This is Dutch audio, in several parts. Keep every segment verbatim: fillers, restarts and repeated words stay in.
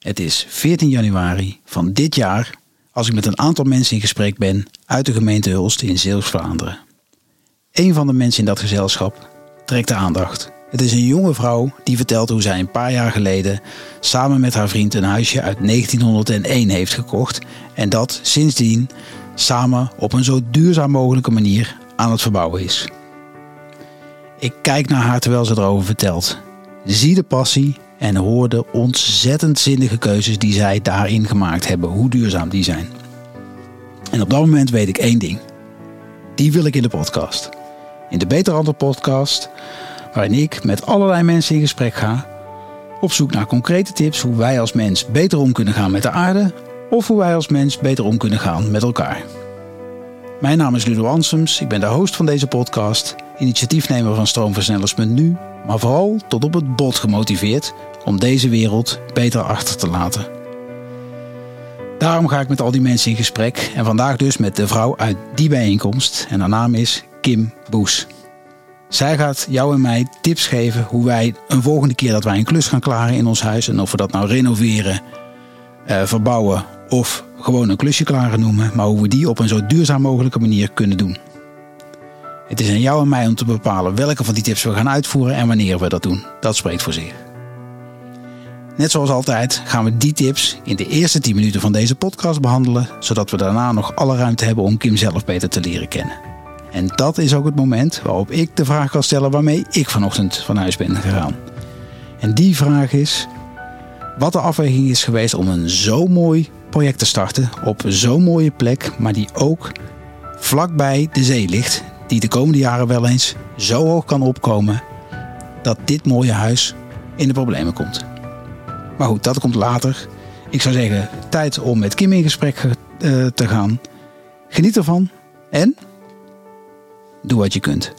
Het is veertien januari van dit jaar als ik met een aantal mensen in gesprek ben uit de gemeente Hulst in Zeeuws-Vlaanderen. Een van de mensen in dat gezelschap trekt de aandacht. Het is een jonge vrouw die vertelt hoe zij een paar jaar geleden samen met haar vriend een huisje uit negentienhonderdéén heeft gekocht en dat sindsdien samen op een zo duurzaam mogelijke manier aan het verbouwen is. Ik kijk naar haar terwijl ze erover vertelt. Zie de passie en hoor de ontzettend zinnige keuzes die zij daarin gemaakt hebben, hoe duurzaam die zijn. En op dat moment weet ik één ding. Die wil ik in de podcast. In de Beter Ander podcast, waarin ik met allerlei mensen in gesprek ga, op zoek naar concrete tips hoe wij als mens beter om kunnen gaan met de aarde of hoe wij als mens beter om kunnen gaan met elkaar. Mijn naam is Ludo Ansems, ik ben de host van deze podcast, initiatiefnemer van Stroomversnellers punt nu, maar vooral tot op het bot gemotiveerd om deze wereld beter achter te laten. Daarom ga ik met al die mensen in gesprek en vandaag dus met de vrouw uit die bijeenkomst en haar naam is Kim Boes. Zij gaat jou en mij tips geven hoe wij een volgende keer dat wij een klus gaan klaren in ons huis, en of we dat nou renoveren, uh, verbouwen of gewoon een klusje klaren noemen, maar hoe we die op een zo duurzaam mogelijke manier kunnen doen. Het is aan jou en mij om te bepalen welke van die tips we gaan uitvoeren en wanneer we dat doen. Dat spreekt voor zich. Net zoals altijd gaan we die tips in de eerste tien minuten van deze podcast behandelen, zodat we daarna nog alle ruimte hebben om Kim zelf beter te leren kennen. En dat is ook het moment waarop ik de vraag kan stellen waarmee ik vanochtend van huis ben gegaan. En die vraag is wat de afweging is geweest om een zo mooi project te starten op zo'n mooie plek, maar die ook vlakbij de zee ligt, die de komende jaren wel eens zo hoog kan opkomen dat dit mooie huis in de problemen komt. Maar goed, dat komt later. Ik zou zeggen, tijd om met Kim in gesprek uh, te gaan. Geniet ervan en doe wat je kunt.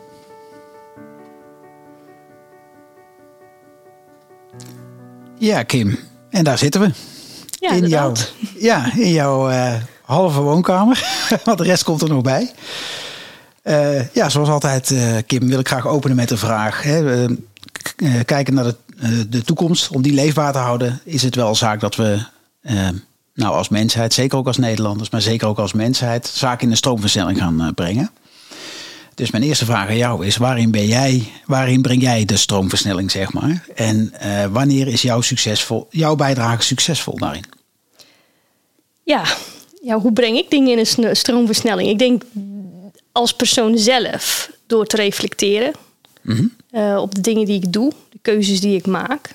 Ja, Kim. En daar zitten we. Ja, in jouw, ja, in jouw uh, halve woonkamer. Want de rest komt er nog bij. Uh, ja, zoals altijd, uh, Kim, wil ik graag openen met de vraag. Hè, uh, k- uh, kijken naar de, uh, de toekomst. Om die leefbaar te houden, is het wel zaak dat we, uh, nou als mensheid, zeker ook als Nederlanders, maar zeker ook als mensheid, zaken in de stroomversnelling gaan uh, brengen. Dus mijn eerste vraag aan jou is, waarin ben jij, waarin breng jij de stroomversnelling, zeg maar? En uh, wanneer is jouw, succesvol, jouw bijdrage succesvol daarin? Ja, ja, hoe breng ik dingen in een stroomversnelling? Ik denk als persoon zelf door te reflecteren mm-hmm. uh, op de dingen die ik doe, de keuzes die ik maak,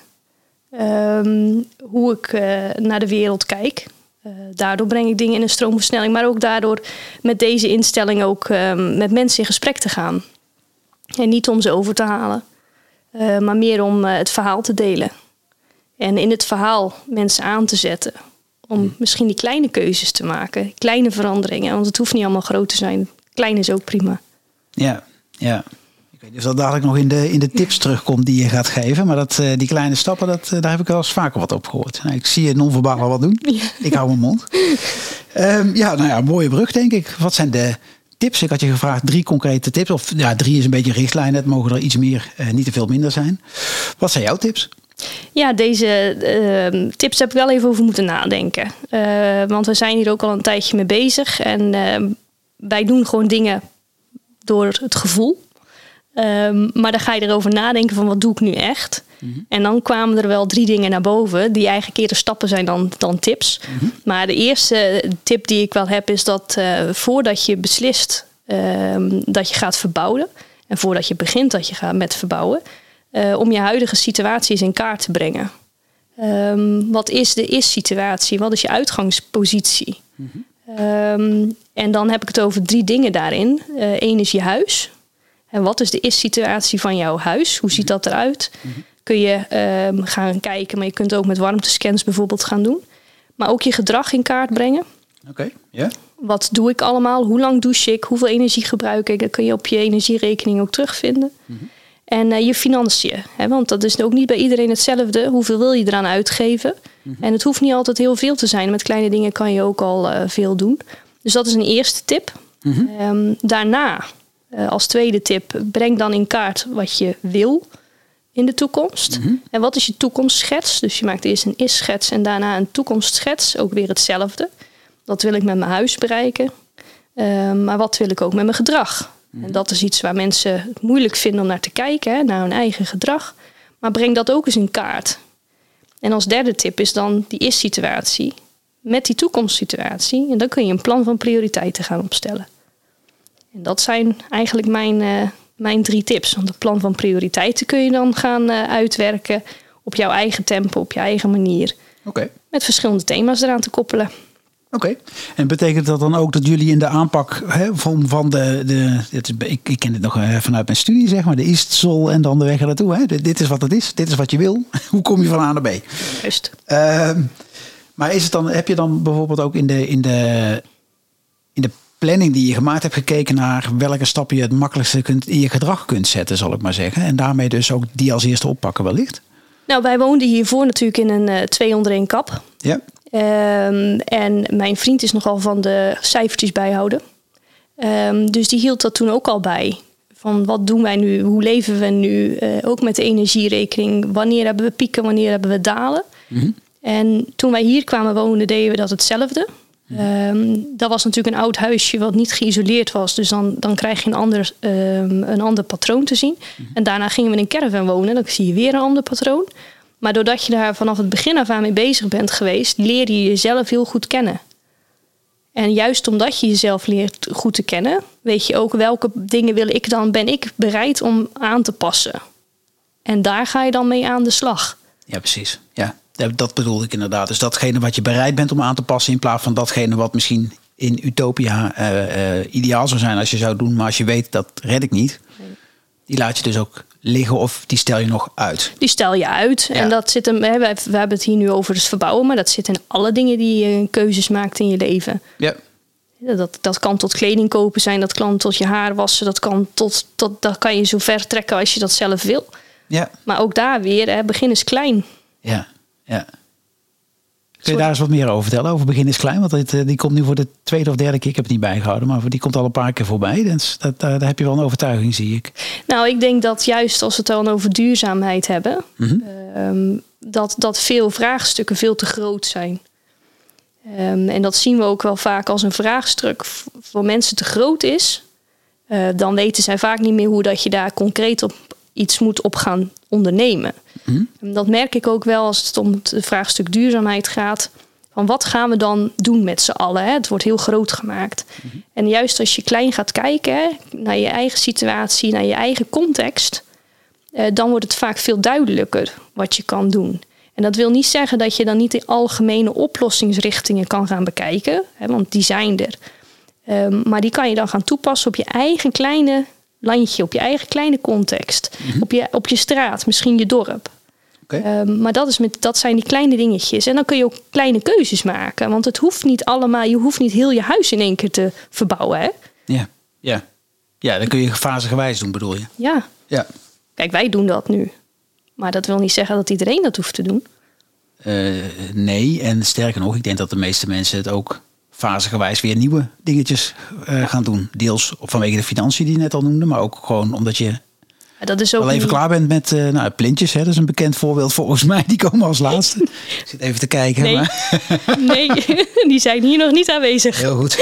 um, hoe ik uh, naar de wereld kijk. Uh, daardoor breng ik dingen in een stroomversnelling, maar ook daardoor met deze instelling ook um, met mensen in gesprek te gaan. En niet om ze over te halen, uh, maar meer om uh, het verhaal te delen. En in het verhaal mensen aan te zetten om misschien die kleine keuzes te maken, kleine veranderingen, want het hoeft niet allemaal groot te zijn. Klein is ook prima. Ja, ja. Ik weet niet of dat dadelijk nog in de, in de tips terugkomt die je gaat geven. Maar dat, uh, die kleine stappen, dat, uh, daar heb ik wel eens vaker wat op gehoord. Nou, ik zie je non-verbaal al wat doen. Ja. Ik hou mijn mond. um, ja, nou ja, mooie brug denk ik. Wat zijn de tips? Ik had je gevraagd drie concrete tips. Of ja, drie is een beetje richtlijn. Het mogen er iets meer, uh, niet te veel minder zijn. Wat zijn jouw tips? Ja, deze uh, tips heb ik wel even over moeten nadenken. Uh, want we zijn hier ook al een tijdje mee bezig. En uh, wij doen gewoon dingen door het gevoel. Um, maar dan ga je erover nadenken van wat doe ik nu echt? Mm-hmm. En dan kwamen er wel drie dingen naar boven die eigenlijk eerder stappen zijn dan, dan tips. Mm-hmm. Maar de eerste tip die ik wel heb is dat uh, voordat je beslist um, dat je gaat verbouwen en voordat je begint dat je gaat met verbouwen, uh, om je huidige situatie eens in kaart te brengen. Um, wat is de is-situatie? Wat is je uitgangspositie? Mm-hmm. Um, en dan heb ik het over drie dingen daarin. Eén uh, is je huis. En wat is de is-situatie van jouw huis? Hoe ziet dat eruit? Mm-hmm. Kun je um, gaan kijken, maar je kunt ook met warmtescans bijvoorbeeld gaan doen. Maar ook je gedrag in kaart brengen. Oké, okay, ja. Yeah. Wat doe ik allemaal? Hoe lang douche ik? Hoeveel energie gebruik ik? Dat kun je op je energierekening ook terugvinden. Mm-hmm. En uh, je financiën. Hè? Want dat is ook niet bij iedereen hetzelfde. Hoeveel wil je eraan uitgeven? Mm-hmm. En het hoeft niet altijd heel veel te zijn. Met kleine dingen kan je ook al uh, veel doen. Dus dat is een eerste tip. Mm-hmm. Um, daarna, uh, als tweede tip, breng dan in kaart wat je wil. in de toekomst. Mm-hmm. En wat is je toekomstschets? Dus je maakt eerst een is-schets en daarna een toekomstschets. Ook weer hetzelfde. Wat wil ik met mijn huis bereiken? Uh, maar wat wil ik ook met mijn gedrag? Mm-hmm. En dat is iets waar mensen het moeilijk vinden om naar te kijken. Hè, naar hun eigen gedrag. Maar breng dat ook eens in kaart. En als derde tip is dan die is-situatie met die toekomstsituatie. En dan kun je een plan van prioriteiten gaan opstellen. En dat zijn eigenlijk mijn, uh, mijn drie tips. Want het plan van prioriteiten kun je dan gaan uh, uitwerken op jouw eigen tempo, op je eigen manier. Okay. Met verschillende thema's eraan te koppelen. Oké. Okay. En betekent dat dan ook dat jullie in de aanpak hè, van, van de... de het is, ik, ik ken het nog uh, vanuit mijn studie, zeg maar. De Eastsol en dan de weg er naartoe. Hè? Dit is wat het is. Dit is wat je wil. Hoe kom je van A naar B? Juist. Uh, maar is het dan, heb je dan bijvoorbeeld ook in de... In de in de planning die je gemaakt hebt gekeken naar welke stappen je het makkelijkste kunt, in je gedrag kunt zetten, zal ik maar zeggen. En daarmee dus ook die als eerste oppakken wellicht? Nou, wij woonden hiervoor natuurlijk in een uh, twee onder één kap. Ja. Um, en mijn vriend is nogal van de cijfertjes bijhouden. Um, dus die hield dat toen ook al bij. Van wat doen wij nu? Hoe leven we nu? Uh, ook met de energierekening. Wanneer hebben we pieken? Wanneer hebben we dalen? Mm-hmm. En toen wij hier kwamen wonen, deden we dat hetzelfde. Um, dat was natuurlijk een oud huisje wat niet geïsoleerd was. Dus dan, dan krijg je een ander, um, een ander patroon te zien. Mm-hmm. En daarna gingen we in een caravan wonen. Dan zie je weer een ander patroon. Maar doordat je daar vanaf het begin af aan mee bezig bent geweest, leer je jezelf heel goed kennen. En juist omdat je jezelf leert goed te kennen, weet je ook welke dingen wil ik dan, ben ik bereid om aan te passen. En daar ga je dan mee aan de slag. Ja, precies. Ja. Dat bedoelde ik inderdaad. Dus datgene wat je bereid bent om aan te passen in plaats van datgene wat misschien in utopia uh, uh, ideaal zou zijn als je zou doen. Maar als je weet dat red ik niet, nee. Die laat je dus ook liggen of die stel je nog uit. Die stel je uit. Ja. En dat zit hem, hè, we, we hebben het hier nu over het verbouwen, maar dat zit in alle dingen die je keuzes maakt in je leven. Ja. Dat, dat kan tot kleding kopen zijn, dat kan tot je haar wassen, dat kan tot, tot dat kan je zo ver trekken als je dat zelf wil. Ja. Maar ook daar weer, hè, begin is klein. Ja. Ja. Kun je daar eens wat meer over vertellen? Over Begin is Klein? Want het, die komt nu voor de tweede of derde keer. Ik heb het niet bijgehouden, maar die komt al een paar keer voorbij. Dus dat, daar heb je wel een overtuiging, zie ik. Nou, ik denk dat juist als we het dan over duurzaamheid hebben, mm-hmm. um, dat, dat veel vraagstukken veel te groot zijn. Um, en dat zien we ook wel vaak als een vraagstuk voor mensen te groot is. Uh, dan weten zij vaak niet meer hoe dat je daar concreet op iets moet op gaan ondernemen. Mm-hmm. Dat merk ik ook wel als het om het vraagstuk duurzaamheid gaat. Van wat gaan we dan doen met z'n allen? Hè? Het wordt heel groot gemaakt. Mm-hmm. En juist als je klein gaat kijken, hè, naar je eigen situatie, naar je eigen context, eh, dan wordt het vaak veel duidelijker wat je kan doen. En dat wil niet zeggen dat je dan niet de algemene oplossingsrichtingen kan gaan bekijken. Hè, want die zijn er. Um, maar die kan je dan gaan toepassen op je eigen kleine landje, op je eigen kleine context. Mm-hmm. Op je, op je straat, misschien je dorp. Okay. Um, maar dat, is met, dat zijn die kleine dingetjes. En dan kun je ook kleine keuzes maken. Want het hoeft niet allemaal, je hoeft niet heel je huis in één keer te verbouwen. Hè? Ja, ja. Ja, dan kun je fasegewijs doen, bedoel je? Ja. Ja. Kijk, wij doen dat nu. Maar dat wil niet zeggen dat iedereen dat hoeft te doen. Uh, nee, en sterker nog, ik denk dat de meeste mensen het ook fasegewijs weer nieuwe dingetjes uh, gaan doen. Deels vanwege de financiën die je net al noemde, maar ook gewoon omdat je ja, dat is ook wel even niet klaar bent met uh, nou, plintjes. Hè, dat is een bekend voorbeeld volgens mij. Die komen als laatste. Ik zit even te kijken. Nee, maar nee, die zijn hier nog niet aanwezig. Heel goed.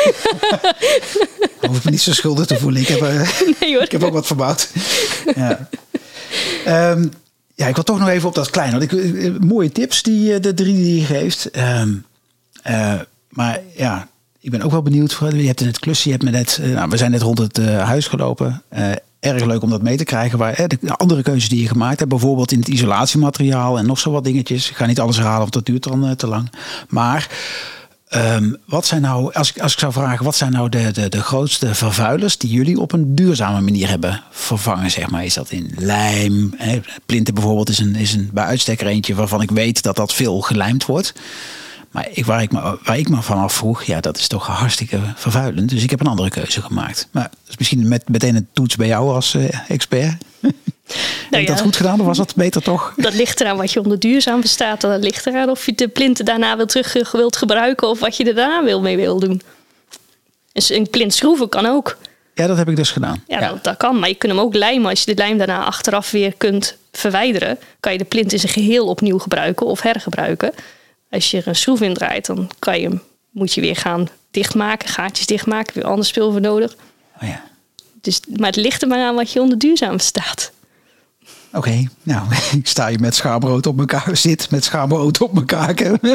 Hoef ik me niet zo schuldig te voelen. Ik heb, uh, nee, hoor. Ik heb ook wat verbouwd. Ja. Um, ja, ik wil toch nog even op dat kleine. Want ik, uh, mooie tips, die, de drie die je geeft. Um, uh, maar ja, ik ben ook wel benieuwd. Je hebt in het klusje, je hebt me net, uh, nou, we zijn net rond het uh, huis gelopen. Uh, erg leuk om dat mee te krijgen. Waar, hè, de andere keuzes die je gemaakt hebt. Bijvoorbeeld in het isolatiemateriaal en nog zo wat dingetjes. Ik ga niet alles herhalen, want dat duurt dan uh, te lang. Maar um, wat zijn nou, als ik, als ik zou vragen, wat zijn nou de, de, de grootste vervuilers die jullie op een duurzame manier hebben vervangen? Zeg maar, is dat in lijm? Hè? Plinten bijvoorbeeld is een, is een bij uitstek er eentje waarvan ik weet dat dat veel gelijmd wordt. Maar ik, waar, ik me, waar ik me van afvroeg, ja, dat is toch hartstikke vervuilend. Dus ik heb een andere keuze gemaakt. Maar dat is misschien met, meteen een toets bij jou als uh, expert. Nou, heb je dat ja. goed gedaan of was dat beter toch? Dat ligt eraan wat je onder duurzaam verstaat. Dat ligt eraan of je de plinten daarna weer terug wilt gebruiken of wat je er daarna wil mee wil doen. Dus een plint schroeven kan ook. Ja, dat heb ik dus gedaan. Ja, ja. Dat, dat kan. Maar je kunt hem ook lijmen. Als je de lijm daarna achteraf weer kunt verwijderen, kan je de plint in zijn geheel opnieuw gebruiken of hergebruiken. Als je er een schroef in draait, dan kan je hem, moet je weer gaan dichtmaken, gaatjes dichtmaken, weer ander spul voor nodig. Oh ja. Dus, maar het ligt er maar aan wat je onder duurzaam verstaat. Oké, okay, nou, ik sta je met schaamrood op elkaar, zit met schaamrood op elkaar.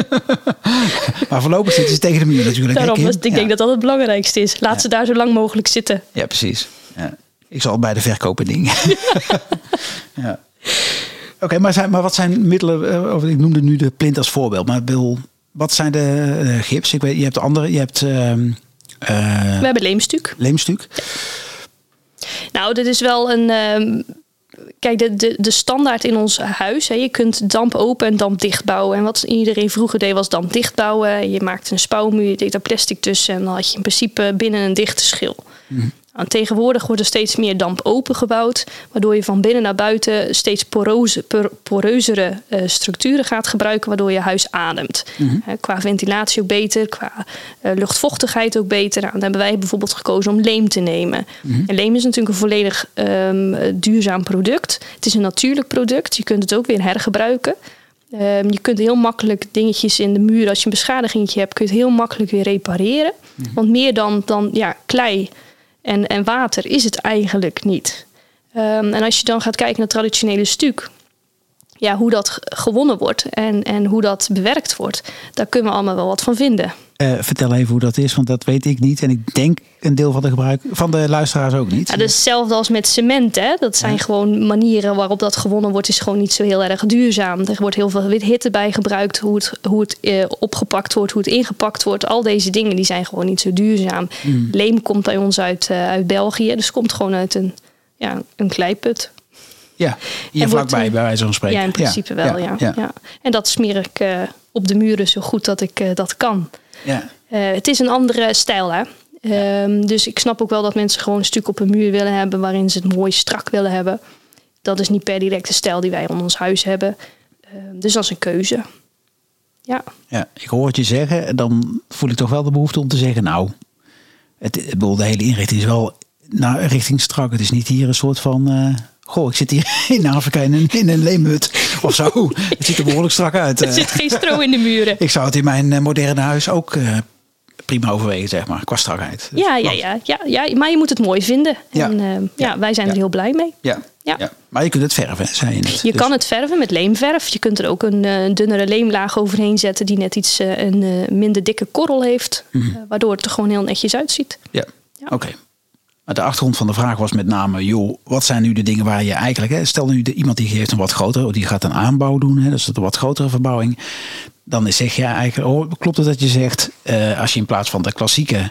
Maar voorlopig zitten ze tegen de muur natuurlijk. Daarom, hè, ik denk ja. dat dat het belangrijkste is. Laat ja. ze daar zo lang mogelijk zitten. Ja, precies. Ja. Ik zal bij de verkopen dingen. ja. Oké, okay, maar, zijn, maar wat zijn middelen, of ik noemde nu de plint als voorbeeld, maar wil, wat zijn de uh, gips? Ik weet, je hebt andere, je hebt... Uh, uh, We hebben leemstuk. Leemstuk. Ja. Nou, dit is wel een... Uh, Kijk, de, de, de standaard in ons huis, hè, je kunt damp open en damp dicht bouwen. En wat iedereen vroeger deed was damp dicht bouwen. Je maakte een spouwmuur, je deed daar plastic tussen en dan had je in principe binnen een dichte schil. Mm. En tegenwoordig wordt er steeds meer damp open gebouwd, waardoor je van binnen naar buiten steeds porose, por, poreuzere uh, structuren gaat gebruiken, waardoor je huis ademt. Mm-hmm. Uh, qua ventilatie ook beter, qua uh, luchtvochtigheid ook beter. Nou, dan hebben wij bijvoorbeeld gekozen om leem te nemen. Mm-hmm. En leem is natuurlijk een volledig um, duurzaam product. Het is een natuurlijk product, je kunt het ook weer hergebruiken. Um, je kunt heel makkelijk dingetjes in de muur, als je een beschadigingetje hebt, kun je het heel makkelijk weer repareren. Mm-hmm. Want meer dan, dan ja, klei En, en water is het eigenlijk niet. Um, en als je dan gaat kijken naar het traditionele stuk, ja, hoe dat gewonnen wordt en, en hoe dat bewerkt wordt, daar kunnen we allemaal wel wat van vinden. Uh, vertel even hoe dat is, want dat weet ik niet. En ik denk een deel van de gebruik van de luisteraars ook niet. Ja, dus hetzelfde als met cement. Hè? Dat zijn ja. gewoon manieren waarop dat gewonnen wordt, is gewoon niet zo heel erg duurzaam. Er wordt heel veel hitte bij gebruikt, hoe het, hoe het uh, opgepakt wordt, hoe het ingepakt wordt. Al deze dingen die zijn gewoon niet zo duurzaam. Mm. Leem komt bij ons uit, uh, uit België, dus komt gewoon uit een, ja, een kleiput. Ja, hier vlakbij wordt, bij wijze van spreken. Ja, in principe ja. wel, ja. Ja, ja. ja. En dat smeer ik uh, op de muren zo goed dat ik uh, dat kan. Ja. Uh, het is een andere stijl, hè. Ja. Um, dus ik snap ook wel dat mensen gewoon een stuk op een muur willen hebben waarin ze het mooi strak willen hebben. Dat is niet per direct de stijl die wij in ons huis hebben. Uh, dus dat is een keuze. Ja. Ja, ik hoor het je zeggen. Dan voel ik toch wel de behoefte om te zeggen, nou, het, het, de hele inrichting is wel naar richting strak. Het is niet hier een soort van... Uh, Goh, ik zit hier in Afrika in een, in een leemhut of zo. Het ziet er behoorlijk strak uit. Er zit geen stro in de muren. Ik zou het in mijn moderne huis ook uh, prima overwegen, zeg maar, qua strakheid. Ja, ja, ja, ja, ja, maar je moet het mooi vinden. Ja. En uh, ja, ja, wij zijn ja. er heel blij mee. Ja. Ja. Ja. Maar je kunt het verven, zei je net. Je dus. kan het verven met leemverf. Je kunt er ook een uh, dunnere leemlaag overheen zetten die net iets uh, een uh, minder dikke korrel heeft. Mm. Uh, waardoor het er gewoon heel netjes uitziet. Ja, ja. Oké. Okay. Maar de achtergrond van de vraag was met name, joh, wat zijn nu de dingen waar je eigenlijk, hè, stel nu de, iemand die heeft een wat grotere, die gaat een aanbouw doen, hè, dus een wat grotere verbouwing. Dan zeg je eigenlijk, oh, klopt het dat je zegt, uh, als je in plaats van de klassieke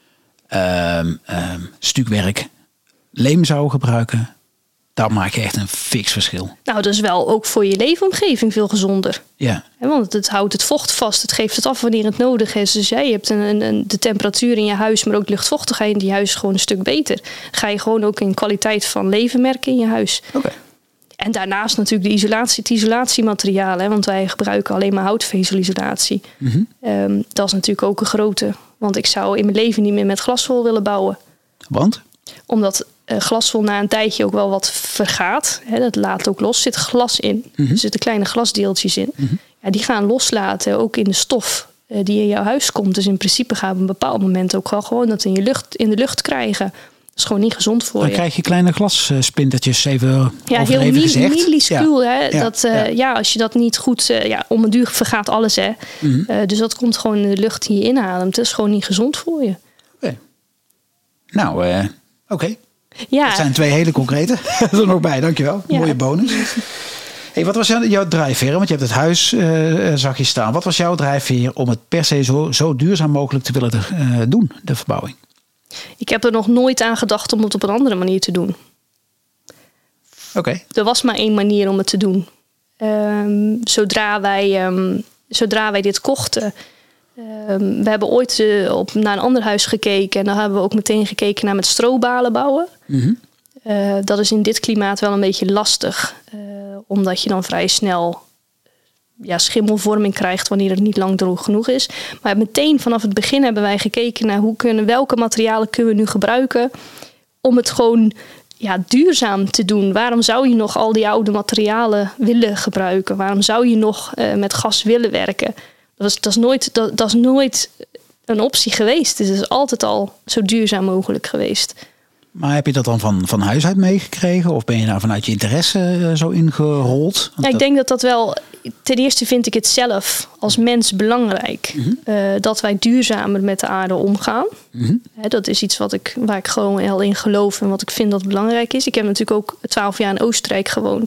uh, uh, stukwerk leem zou gebruiken, dan maak je echt een fix verschil. Nou, dat is wel ook voor je leefomgeving veel gezonder. Ja. He, want het houdt het vocht vast. Het geeft het af wanneer het nodig is. Dus ja, je hebt een, een, de temperatuur in je huis, maar ook luchtvochtigheid in je huis gewoon een stuk beter. Ga je gewoon ook in kwaliteit van leven merken in je huis. Oké. Okay. En daarnaast natuurlijk de isolatie, het isolatiemateriaal. Hè, want wij gebruiken alleen maar houtvezelisolatie. Mm-hmm. Um, dat is natuurlijk ook een grote. Want ik zou in mijn leven niet meer met glaswol willen bouwen. Want? Omdat uh, glaswol na een tijdje ook wel wat vergaat. Hè, dat laat ook los. Er zit glas in. Mm-hmm. Er zitten kleine glasdeeltjes in. Mm-hmm. Ja, die gaan loslaten, ook in de stof uh, die in jouw huis komt. Dus in principe gaan we op een bepaald moment ook wel gewoon dat in, je lucht, in de lucht krijgen. Dat is gewoon niet gezond voor Dan je. Dan krijg je kleine glasplintertjes even Ja, heel even gezegd. minuscuul. Ja. Hè? Ja. Dat, uh, ja. ja, als je dat niet goed... Uh, ja, om een duur vergaat alles, hè. Mm-hmm. Uh, dus dat komt gewoon in de lucht die je inademt. Dat is gewoon niet gezond voor je. Oké. Okay. Nou, uh, oké. Okay. Ja. Dat zijn twee hele concrete. er nog bij, dankjewel. Ja. Mooie bonus. Hey, wat was jouw drijfveer? Want je hebt het huis, uh, zag je staan. Wat was jouw drijfveer om het per se zo, zo duurzaam mogelijk te willen uh, doen, de verbouwing? Ik heb er nog nooit aan gedacht om het op een andere manier te doen. Oké. Okay. Er was maar één manier om het te doen. Um, zodra, wij, um, zodra wij dit kochten... Um, we hebben ooit uh, op, naar een ander huis gekeken. En dan hebben we ook meteen gekeken naar met strobalen bouwen. Mm-hmm. Uh, dat is in dit klimaat wel een beetje lastig. Uh, omdat je dan vrij snel ja, schimmelvorming krijgt wanneer het niet lang droog genoeg is. Maar meteen vanaf het begin hebben wij gekeken naar hoe kunnen, welke materialen kunnen we nu gebruiken om het gewoon ja, duurzaam te doen. Waarom zou je nog al die oude materialen willen gebruiken? Waarom zou je nog uh, met gas willen werken? Dat is, dat, is nooit, dat, dat is nooit een optie geweest. Het is altijd al zo duurzaam mogelijk geweest. Maar heb je dat dan van, van huis uit meegekregen? Of ben je daar vanuit je interesse uh, zo ingerold? Want ja, ik dat... denk dat dat wel... Ten eerste vind ik het zelf als mens belangrijk. Mm-hmm. uh, dat wij duurzamer met de aarde omgaan. Mm-hmm. He, dat is iets wat ik, waar ik gewoon heel in geloof en wat ik vind dat belangrijk is. Ik heb natuurlijk ook twaalf jaar in Oostenrijk gewoond.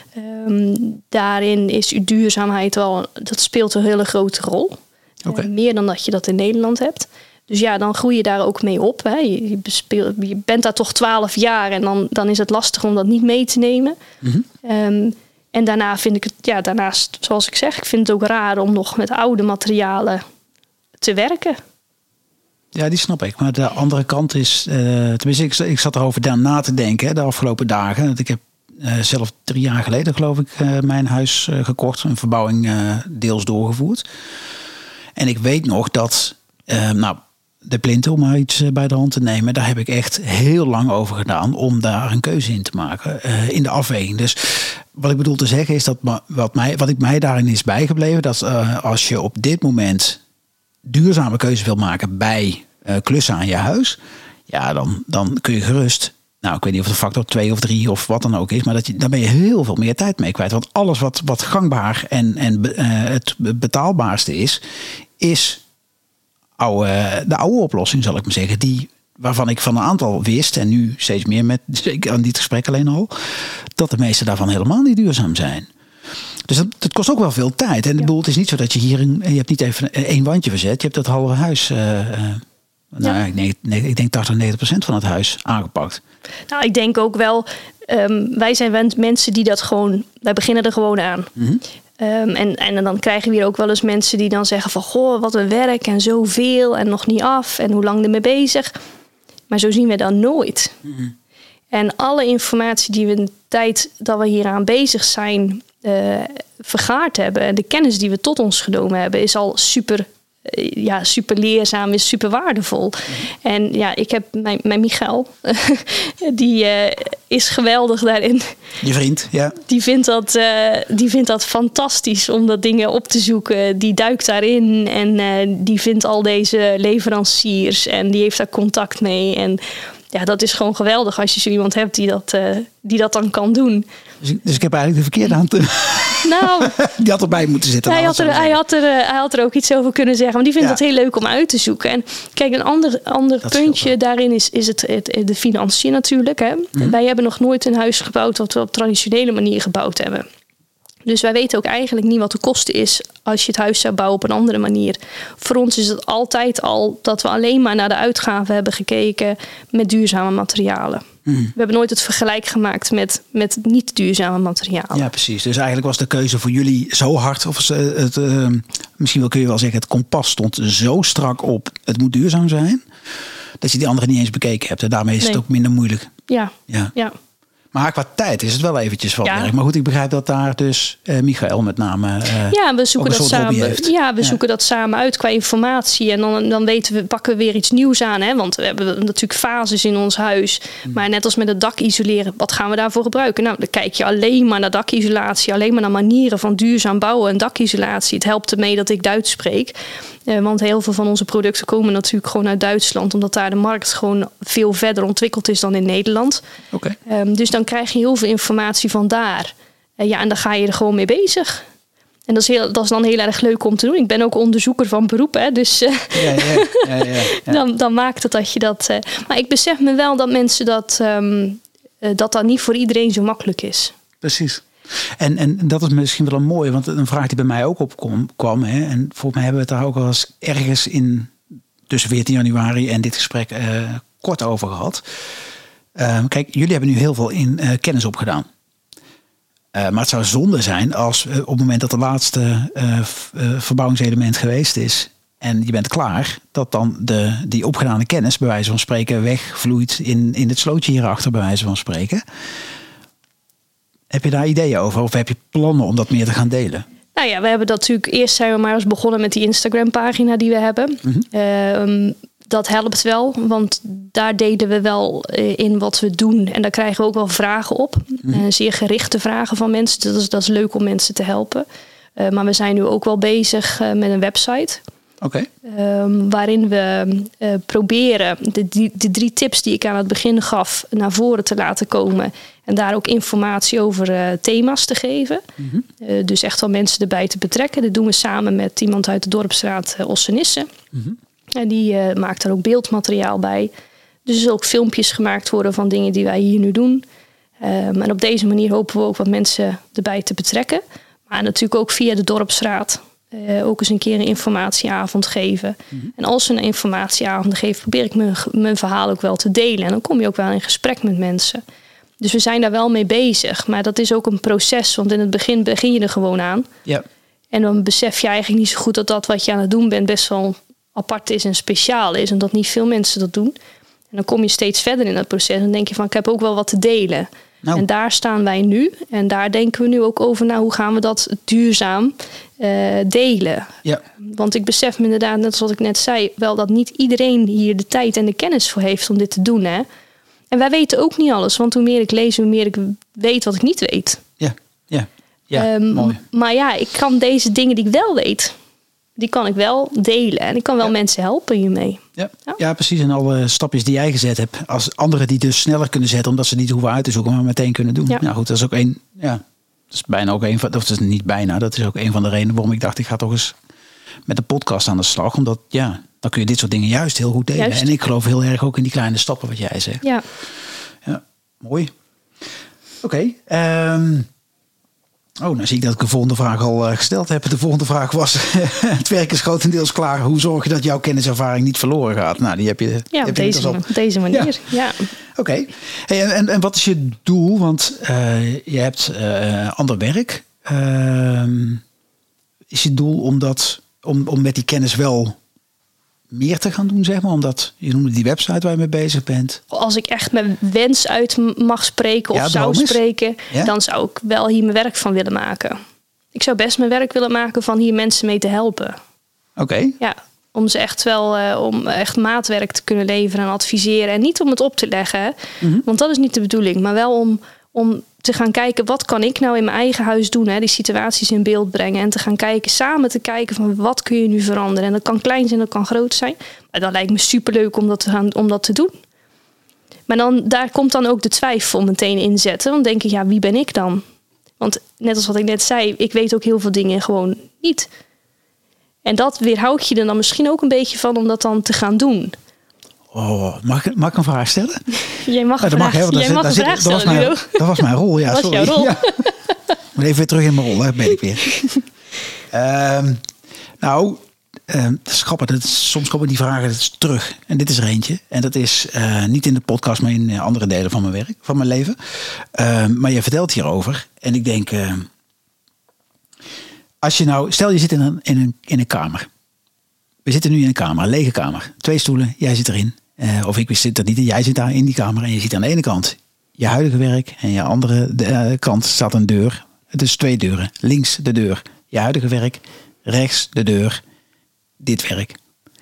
Um, daarin is duurzaamheid wel... Dat speelt een hele grote rol. Okay. Uh, meer dan dat je dat in Nederland hebt. Dus ja, dan groei je daar ook mee op. Hè. Je, je, bespeel, je bent daar toch twaalf jaar en dan, dan is het lastig om dat niet mee te nemen. Mm-hmm. Um, en daarna vind ik het, ja, daarnaast, zoals ik zeg, ik vind het ook raar om nog met oude materialen te werken. Ja, die snap ik. Maar de andere kant is, uh, tenminste, ik, ik zat erover na te denken hè, de afgelopen dagen. Ik heb uh, zelf drie jaar geleden, geloof ik, uh, mijn huis uh, gekocht, een verbouwing uh, deels doorgevoerd. En ik weet nog dat, uh, nou, de plinten, om maar iets bij de hand te nemen, daar heb ik echt heel lang over gedaan om daar een keuze in te maken uh, in de afweging. Dus wat ik bedoel te zeggen is dat wat, mij, wat ik mij daarin is bijgebleven, dat uh, als je op dit moment duurzame keuzes wil maken bij uh, klussen aan je huis, ja, dan, dan kun je gerust, nou, ik weet niet of het een factor twee of drie of wat dan ook is, maar dat je, daar ben je heel veel meer tijd mee kwijt. Want alles wat, wat gangbaar en, en uh, het betaalbaarste is, is oude, de oude oplossing, zal ik maar zeggen, die waarvan ik van een aantal wist, en nu steeds meer met, zeker aan dit gesprek alleen al, dat de meeste daarvan helemaal niet duurzaam zijn. Dus dat, dat kost ook wel veel tijd. En ja. bedoel, het is niet zo dat je hier, een, je hebt niet even één wandje verzet, je hebt dat halve huis, uh, uh, nou, ja. ik, denk, nee, ik denk tachtig, negentig procent van het huis aangepakt. Nou, ik denk ook wel, um, wij zijn mensen die dat gewoon, wij beginnen er gewoon aan. Mm-hmm. Um, en, en dan krijgen we hier ook wel eens mensen die dan zeggen van, goh, wat een werk en zoveel en nog niet af en hoe lang ermee bezig. Maar zo zien we dat nooit. Mm-hmm. En alle informatie die we in de tijd dat we hieraan bezig zijn uh, vergaard hebben en de kennis die we tot ons genomen hebben, is al super, uh, ja, super leerzaam, is super waardevol. Mm-hmm. En ja, ik heb mijn, mijn Michael, die uh, is geweldig daarin. Je vriend, ja. Die vindt, dat, uh, die vindt dat fantastisch om dat dingen op te zoeken. Die duikt daarin en uh, die vindt al deze leveranciers en die heeft daar contact mee. En ja, dat is gewoon geweldig als je zo iemand hebt die dat, uh, die dat dan kan doen. Dus ik, dus ik heb eigenlijk de verkeerde hand. Nou, die had erbij moeten zitten. Hij had, er, hij, had er, hij had er ook iets over kunnen zeggen. Maar die vindt ja. dat heel leuk om uit te zoeken. En kijk, een ander, ander puntje daarin is, is het, het, de financiën natuurlijk. Hè. Mm-hmm. Wij hebben nog nooit een huis gebouwd wat we op traditionele manier gebouwd hebben. Dus wij weten ook eigenlijk niet wat de kosten is als je het huis zou bouwen op een andere manier. Voor ons is het altijd al dat we alleen maar naar de uitgaven hebben gekeken met duurzame materialen. Mm. We hebben nooit het vergelijk gemaakt met, met niet duurzame materialen. Ja, precies. Dus eigenlijk was de keuze voor jullie zo hard. Of het, het, uh, misschien wel kun je wel zeggen, het kompas stond zo strak op. Het moet duurzaam zijn. Dat je die andere niet eens bekeken hebt. En daarmee is nee. het ook minder moeilijk. Ja, ja. ja. Maar qua tijd is het wel eventjes wat ja. werk. Maar goed, ik begrijp dat daar dus uh, Michael met name uh, ja, we zoeken dat samen. Ja, we ja. zoeken dat samen uit qua informatie. En dan, dan weten we, pakken we weer iets nieuws aan. Hè? Want we hebben natuurlijk fases in ons huis. Hmm. Maar net als met het dak isoleren, wat gaan we daarvoor gebruiken? Nou, dan kijk je alleen maar naar dakisolatie. Alleen maar naar manieren van duurzaam bouwen en dakisolatie. Het helpt ermee dat ik Duits spreek. Uh, want heel veel van onze producten komen natuurlijk gewoon uit Duitsland. Omdat daar de markt gewoon veel verder ontwikkeld is dan in Nederland. Okay. Um, dus dan krijg je heel veel informatie van daar. Uh, ja, en dan ga je er gewoon mee bezig. En dat is, heel, dat is dan heel erg leuk om te doen. Ik ben ook onderzoeker van beroep, hè, dus uh, ja, ja, ja, ja, ja. dan, dan maakt het dat je dat... Uh, maar ik besef me wel dat mensen dat, um, uh, dat dat niet voor iedereen zo makkelijk is. Precies. En, en dat is misschien wel een mooie, want een vraag die bij mij ook opkwam. Kwam, hè, en volgens mij hebben we het daar ook al eens ergens in tussen veertien januari en dit gesprek uh, kort over gehad. Uh, kijk, jullie hebben nu heel veel in uh, kennis opgedaan. Uh, maar het zou zonde zijn als uh, op het moment dat de laatste uh, v- uh, verbouwingselement geweest is en je bent klaar, dat dan de, die opgedane kennis bij wijze van spreken wegvloeit in, in het slootje hierachter bij wijze van spreken. Heb je daar ideeën over? Of heb je plannen om dat meer te gaan delen? Nou ja, we hebben dat natuurlijk... Eerst zijn we maar eens begonnen met die Instagram-pagina die we hebben. Mm-hmm. Uh, dat helpt wel, want daar delen we wel in wat we doen. En daar krijgen we ook wel vragen op. Mm-hmm. Uh, zeer gerichte vragen van mensen. Dat is, dat is leuk om mensen te helpen. Uh, maar we zijn nu ook wel bezig uh, met een website. Oké. Okay. Um, waarin we uh, proberen de, die, de drie tips die ik aan het begin gaf naar voren te laten komen. En daar ook informatie over uh, thema's te geven. Mm-hmm. Uh, dus echt wel mensen erbij te betrekken. Dat doen we samen met iemand uit de Dorpsstraat uh, Ossenisse. Mm-hmm. En die uh, maakt er ook beeldmateriaal bij. Dus er zullen ook filmpjes gemaakt worden van dingen die wij hier nu doen. Um, en op deze manier hopen we ook wat mensen erbij te betrekken. Maar natuurlijk ook via de Dorpsraad. Uh, ook eens een keer een informatieavond geven. Mm-hmm. En als we een informatieavond geven, probeer ik mijn, mijn verhaal ook wel te delen. En dan kom je ook wel in gesprek met mensen. Dus we zijn daar wel mee bezig. Maar dat is ook een proces. Want in het begin begin je er gewoon aan. Ja. En dan besef je eigenlijk niet zo goed dat dat wat je aan het doen bent best wel apart is en speciaal is. En dat niet veel mensen dat doen. En dan kom je steeds verder in dat proces. En dan denk je van, ik heb ook wel wat te delen. Nou. En daar staan wij nu. En daar denken we nu ook over, nou, hoe gaan we dat duurzaam uh, delen? Ja. Want ik besef me inderdaad, net zoals ik net zei, wel dat niet iedereen hier de tijd en de kennis voor heeft om dit te doen. Hè? En wij weten ook niet alles. Want hoe meer ik lees, hoe meer ik weet wat ik niet weet. Ja, ja, ja, um, mooi. Maar ja, ik kan deze dingen die ik wel weet, die kan ik wel delen. En ik kan wel ja. mensen helpen hiermee. Ja. Ja. ja, precies. En alle stapjes die jij gezet hebt. Als anderen die dus sneller kunnen zetten. Omdat ze niet hoeven uit te zoeken. Maar meteen kunnen doen. Ja. Nou goed, dat is ook één. Ja, dat is bijna ook één van. Dat is niet bijna. Dat is ook een van de redenen waarom ik dacht. Ik ga toch eens met de podcast aan de slag. Omdat ja, dan kun je dit soort dingen juist heel goed delen. Juist. En ik geloof heel erg ook in die kleine stappen wat jij zegt. Ja. Ja, mooi. Oké. Okay, um, Oh, nou zie ik dat ik de volgende vraag al uh, gesteld heb. De volgende vraag was, het werk is grotendeels klaar. Hoe zorg je dat jouw kenniservaring niet verloren gaat? Nou, die heb je. Ja, op deze, deze manier. Ja. ja. Oké. Okay. Hey, en, en wat is je doel? Want uh, je hebt uh, ander werk. Uh, is je doel om, dat, om, om met die kennis wel meer te gaan doen, zeg maar? Omdat je noemde die website waar je mee bezig bent. Als ik echt mijn wens uit mag spreken of ja, zou spreken, ja? dan zou ik wel hier mijn werk van willen maken. Ik zou best mijn werk willen maken van hier mensen mee te helpen. Oké. Okay. Ja, om ze echt wel uh, om echt maatwerk te kunnen leveren en adviseren. En niet om het op te leggen, mm-hmm. want dat is niet de bedoeling. Maar wel om, om te gaan kijken, wat kan ik nou in mijn eigen huis doen? Hè? Die situaties in beeld brengen. En te gaan kijken, samen te kijken van wat kun je nu veranderen? En dat kan klein zijn, dat kan groot zijn. Maar dat lijkt me superleuk om dat te, gaan, om dat te doen. Maar dan, daar komt dan ook de twijfel meteen inzetten. Dan denk ik, ja, wie ben ik dan? Want net als wat ik net zei, ik weet ook heel veel dingen gewoon niet. En dat weerhoudt je er dan misschien ook een beetje van om dat dan te gaan doen. Oh, mag, ik, mag ik een vraag stellen? Jij mag, ja, vraag, mag, he, jij zit, mag een zit, vraag dat stellen, was mijn, Dat was mijn rol, ja. Dat sorry. was jouw rol. Ja. Maar even weer terug in mijn rol, daar ben ik weer. um, nou, um, dat is grappig. Dat is, soms komen die vragen dat is terug. En dit is er eentje. En dat is uh, niet in de podcast, maar in andere delen van mijn werk, van mijn leven. Um, maar je vertelt hierover. En ik denk, uh, als je nou, stel je zit in een, in een, in een kamer. We zitten nu in een kamer, een lege kamer. Twee stoelen, jij zit erin. Uh, of ik zit er niet in, jij zit daar in die kamer. En je ziet aan de ene kant je huidige werk. En aan de andere de, uh, kant staat een deur. Het is twee deuren. Links de deur, je huidige werk. Rechts de deur, dit werk.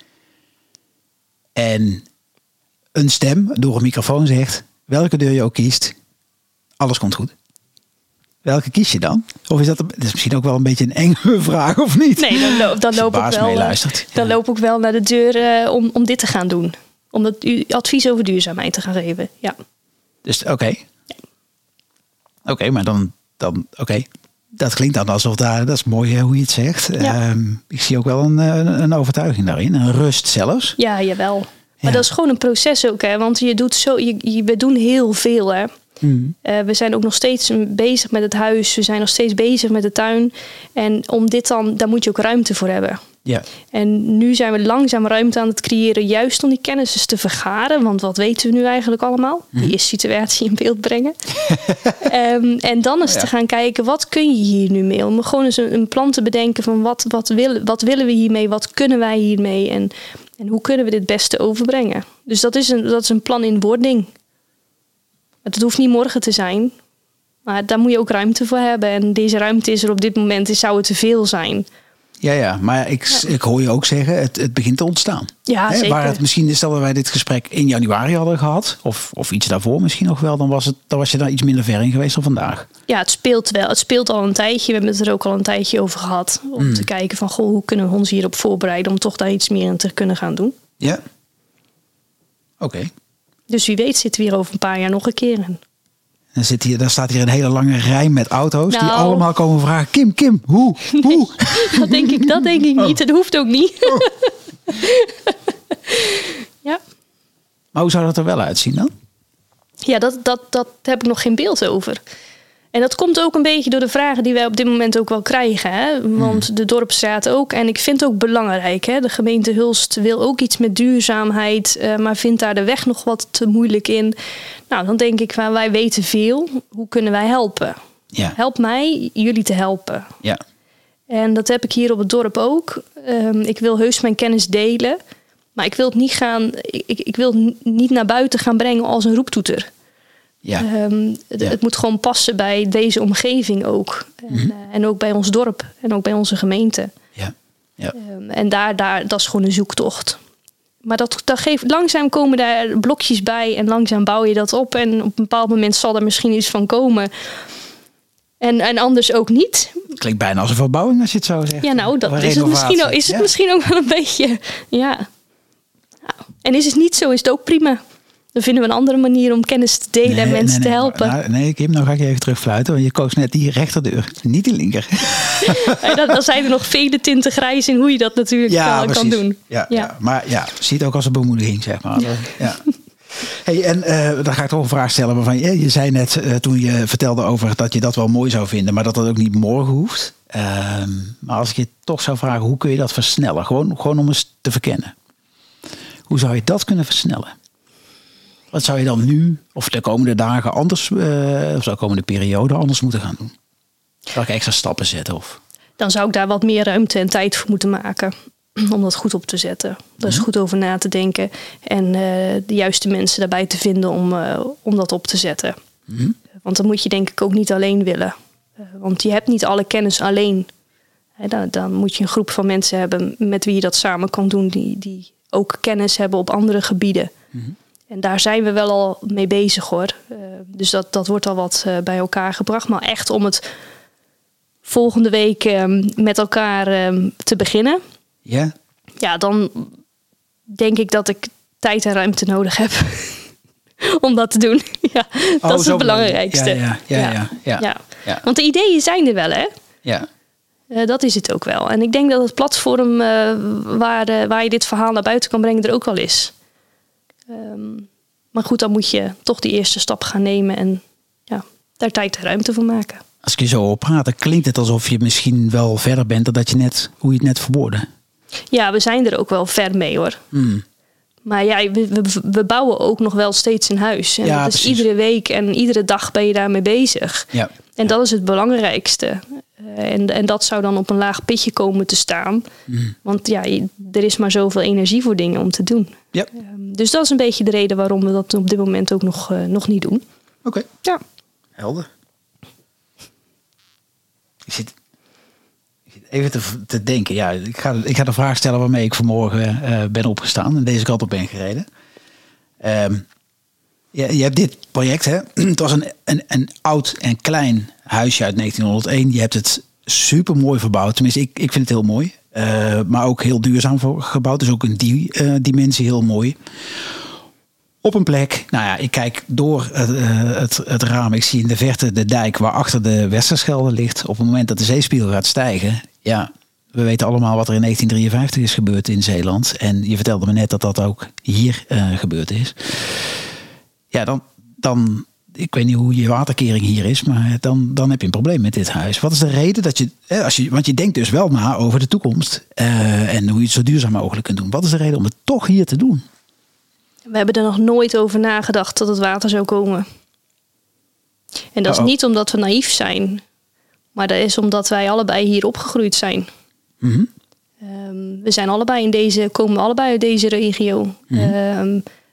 En een stem door een microfoon zegt, welke deur je ook kiest, alles komt goed. Welke kies je dan? Of is dat, dat is misschien ook wel een beetje een enge vraag, of niet? Nee, dan, lo- dan loop ik wel. Meeluistert. Dan ja. loop ik wel naar de deur uh, om, om dit te gaan doen. Om dat u advies over duurzaamheid te gaan geven. Ja. Dus oké. Okay. Ja. Oké, okay, maar dan, dan oké. Okay. Dat klinkt dan alsof daar, dat is mooi hè, hoe je het zegt. Ja. Um, ik zie ook wel een, een, een overtuiging daarin, een rust zelfs. Ja, jawel. Maar ja. dat is gewoon een proces ook, hè? Want je doet zo, je, je, we doen heel veel, hè. Mm. Uh, we zijn ook nog steeds bezig met het huis. We zijn nog steeds bezig met de tuin. En om dit dan, daar moet je ook ruimte voor hebben. Ja. En nu zijn we langzaam ruimte aan het creëren, juist om die kennis eens te vergaren. Want wat weten we nu eigenlijk allemaal? Mm. Die is situatie in beeld brengen. um, en dan eens ja. te gaan kijken, wat kun je hier nu mee? Om gewoon eens een, een plan te bedenken van wat, wat, wil, wat willen we hiermee? Wat kunnen wij hiermee? En, en hoe kunnen we dit beste overbrengen? Dus dat is een, dat is een plan in wording. Het hoeft niet morgen te zijn. Maar daar moet je ook ruimte voor hebben. En deze ruimte is er op dit moment, zou het te veel zijn. Ja, ja, maar ik, ja. ik hoor je ook zeggen, het, het begint te ontstaan. Ja, Hè? zeker. Waar het misschien, stel dat wij dit gesprek in januari hadden gehad, of, of iets daarvoor misschien nog wel, dan was, het, dan was je daar iets minder ver in geweest dan vandaag. Ja, het speelt wel. Het speelt al een tijdje. We hebben het er ook al een tijdje over gehad. Om mm. te kijken van, goh, hoe kunnen we ons hierop voorbereiden om toch daar iets meer in te kunnen gaan doen. Ja. Oké. Okay. Dus wie weet zitten we hier over een paar jaar nog een keer in. Dan, zit hier, dan staat hier een hele lange rij met auto's nou, die allemaal komen vragen, Kim, Kim, hoe, hoe? Nee, dat denk ik, dat denk ik niet. Oh. Dat hoeft ook niet. Oh. Ja. Maar hoe zou dat er wel uitzien dan? Ja, dat, dat, dat heb ik nog geen beeld over. En dat komt ook een beetje door de vragen die wij op dit moment ook wel krijgen. Hè? Want mm. de Dorpsstraat ook. En ik vind het ook belangrijk. Hè? De gemeente Hulst wil ook iets met duurzaamheid. Uh, maar vindt daar de weg nog wat te moeilijk in. Nou, dan denk ik, well, wij weten veel. Hoe kunnen wij helpen? Ja. Help mij jullie te helpen. Ja. En dat heb ik hier op het dorp ook. Um, ik wil heus mijn kennis delen. Maar ik wil het niet gaan. Ik, ik wil het niet naar buiten gaan brengen als een roeptoeter. Ja. Um, het, ja. het moet gewoon passen bij deze omgeving ook. Mm-hmm. En, uh, en ook bij ons dorp. En ook bij onze gemeente. Ja. Ja. Um, en daar, daar, dat is gewoon een zoektocht. Maar dat, dat geeft, langzaam komen daar blokjes bij. En langzaam bouw je dat op. En op een bepaald moment zal er misschien iets van komen. En, en anders ook niet. Het klinkt bijna als een verbouwing als je het zo zegt. Ja, nou, dat is het, misschien ook, is het ja. misschien ook wel een beetje. Ja. Nou, en is het niet zo, is het ook prima. Dan vinden we een andere manier om kennis te delen nee, en mensen nee, nee, te helpen. Nou, nee, Kim, nou ga ik je even terugfluiten. Want je koos net die rechterdeur, niet die linker. Ja, dan, dan zijn er nog vele tinten grijs in hoe je dat natuurlijk ja, kan, kan doen. Ja, ja. Ja, maar ja, zie het ook als een bemoediging, zeg maar. Ja. Ja. Hey, en uh, dan ga ik toch een vraag stellen. Waarvan je, je zei net uh, toen je vertelde over dat je dat wel mooi zou vinden. Maar dat dat ook niet morgen hoeft. Uh, maar als ik je toch zou vragen, hoe kun je dat versnellen? Gewoon, gewoon om eens te verkennen. Hoe zou je dat kunnen versnellen? Wat zou je dan nu of de komende dagen anders, uh, of de komende periode anders moeten gaan doen? Welke extra stappen zetten? Of? Dan zou ik daar wat meer ruimte en tijd voor moeten maken. Om dat goed op te zetten. Daar mm-hmm. is goed over na te denken. En uh, de juiste mensen daarbij te vinden om, uh, om dat op te zetten. Mm-hmm. Want dan moet je denk ik ook niet alleen willen. Uh, want je hebt niet alle kennis alleen. He, dan, dan moet je een groep van mensen hebben met wie je dat samen kan doen. Die, die ook kennis hebben op andere gebieden. Mm-hmm. En daar zijn we wel al mee bezig hoor. Uh, dus dat, dat wordt al wat uh, bij elkaar gebracht. Maar echt om het volgende week uh, met elkaar uh, te beginnen. Ja? Ja, dan denk ik dat ik tijd en ruimte nodig heb om dat te doen. Ja, dat oh, is het belangrijkste. Ja, ja, ja, ja, ja, ja. ja. Want de ideeën zijn er wel, hè? Ja. Uh, dat is het ook wel. En ik denk dat het platform uh, waar, uh, waar je dit verhaal naar buiten kan brengen er ook wel is. Um, maar goed, dan moet je toch die eerste stap gaan nemen en ja, daar tijd en ruimte voor maken. Als ik je zo op praat, dan klinkt het alsof je misschien wel verder bent dan dat je net, hoe je het net verwoordde. Ja, we zijn er ook wel ver mee hoor. Mm. Maar ja, we, we, we bouwen ook nog wel steeds een huis. En ja, dat is precies. Iedere week en iedere dag ben je daarmee bezig. Ja. En ja. dat is het belangrijkste. Uh, en, en dat zou dan op een laag pitje komen te staan. Mm. Want ja, er is maar zoveel energie voor dingen om te doen. Ja. Um, dus dat is een beetje de reden waarom we dat op dit moment ook nog, uh, nog niet doen. Oké. Okay. Ja. Helder. Ik zit, ik zit even te, te denken. Ja, ik ga, ik ga de vraag stellen waarmee ik vanmorgen uh, ben opgestaan en deze kant op ben gereden. Um, je, je hebt dit project, hè? Het was een, een, een oud en klein huisje uit negentienhonderdéén. Je hebt het super mooi verbouwd. Tenminste, ik, ik vind het heel mooi. Uh, maar ook heel duurzaam gebouwd. Dus ook in die uh, dimensie heel mooi. Op een plek, nou ja, ik kijk door het, uh, het, het raam. Ik zie in de verte de dijk waarachter de Westerschelde ligt. Op het moment dat de zeespiegel gaat stijgen. Ja, we weten allemaal wat er in negentien drieënvijftig is gebeurd in Zeeland. En je vertelde me net dat dat ook hier uh, gebeurd is. Ja, dan, dan, ik weet niet hoe je waterkering hier is, maar dan, dan heb je een probleem met dit huis. Wat is de reden dat je, als je, want je denkt dus wel na over de toekomst uh, en hoe je het zo duurzaam mogelijk kunt doen. Wat is de reden om het toch hier te doen? We hebben er nog nooit over nagedacht dat het water zou komen. En dat is Uh-oh. niet omdat we naïef zijn, maar dat is omdat wij allebei hier opgegroeid zijn. Mm-hmm. Um, we zijn allebei in deze, komen allebei uit deze regio. Mm-hmm. Um,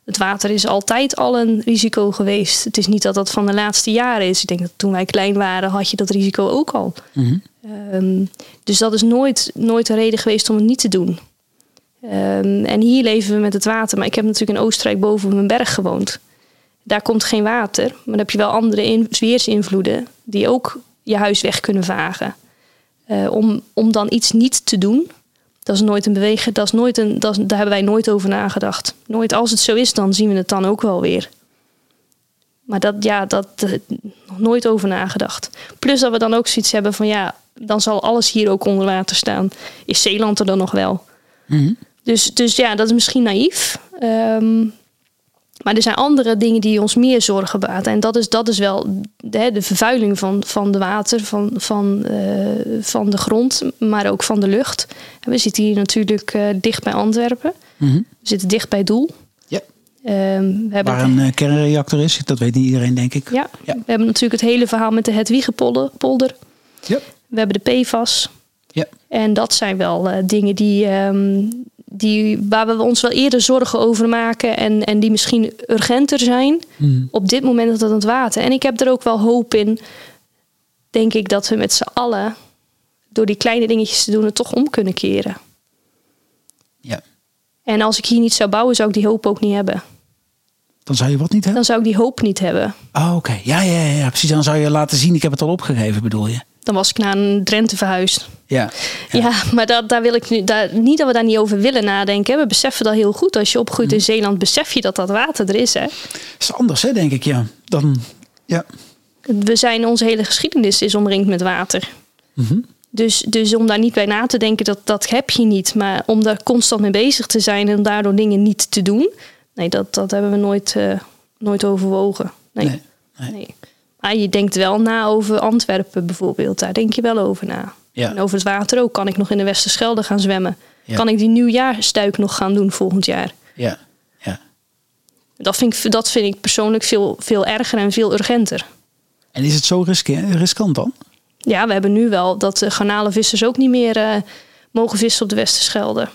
Het water is altijd al een risico geweest. Het is niet dat dat van de laatste jaren is. Ik denk dat toen wij klein waren, had je dat risico ook al. Mm-hmm. Um, dus dat is nooit, nooit een reden geweest om het niet te doen. Um, en hier leven we met het water. Maar ik heb natuurlijk in Oostenrijk boven op een berg gewoond. Daar komt geen water. Maar dan heb je wel andere in, weersinvloeden die ook je huis weg kunnen vagen. Uh, om, om dan iets niet te doen, dat is nooit een beweging. Dat is nooit een, dat is, daar hebben wij nooit over nagedacht. Nooit als het zo is, dan zien we het dan ook wel weer. Maar dat, ja, dat uh, nog nooit over nagedacht. Plus dat we dan ook zoiets hebben van ja, dan zal alles hier ook onder water staan. Is Zeeland er dan nog wel? Mm-hmm. Dus, dus ja, dat is misschien naïef. Um, maar er zijn andere dingen die ons meer zorgen baten. En dat is, dat is wel de, de vervuiling van, van de water, van, van, uh, van de grond, maar ook van de lucht. En we zitten hier natuurlijk uh, dicht bij Antwerpen. Mm-hmm. We zitten dicht bij Doel. Ja. Um, we hebben Waar een uh, kernreactor is, dat weet niet iedereen, denk ik. Ja, ja. We hebben natuurlijk het hele verhaal met de Hedwiegepolder. Ja. We hebben de P F A S. Ja. En dat zijn wel uh, dingen die... Um, Die, waar we ons wel eerder zorgen over maken en, en die misschien urgenter zijn mm. op dit moment dan het water. En ik heb er ook wel hoop in, denk ik, dat we met z'n allen door die kleine dingetjes te doen het toch om kunnen keren. Ja. En als ik hier niet zou bouwen, zou ik die hoop ook niet hebben. Dan zou je wat niet hebben? Dan zou ik die hoop niet hebben. Oh, oké. Okay. Ja, ja, ja, precies. Dan zou je laten zien, ik heb het al opgegeven, bedoel je? Dan was ik naar een Drenthe verhuisd. Ja, ja. ja maar dat, daar wil ik nu, daar, niet dat we daar niet over willen nadenken. We beseffen dat heel goed. Als je opgroeit in Zeeland, besef je dat dat water er is. Hè? Dat is anders, hè, denk ik, ja. Dan, ja. We zijn, onze hele geschiedenis is omringd met water. Mm-hmm. Dus, dus om daar niet bij na te denken, dat, dat heb je niet. Maar om daar constant mee bezig te zijn en daardoor dingen niet te doen. Nee, dat, dat hebben we nooit, uh, nooit overwogen. Nee. nee, nee. nee. Maar je denkt wel na over Antwerpen bijvoorbeeld. Daar denk je wel over na. Ja. En over het water ook. Kan ik nog in de Westerschelde gaan zwemmen? Ja. Kan ik die nieuwjaarstuik nog gaan doen volgend jaar? Ja, ja. Dat vind ik, dat vind ik persoonlijk veel, veel erger en veel urgenter. En is het zo riske- riskant dan? Ja, we hebben nu wel dat de garnalenvissers ook niet meer uh, mogen vissen op de Westerschelde.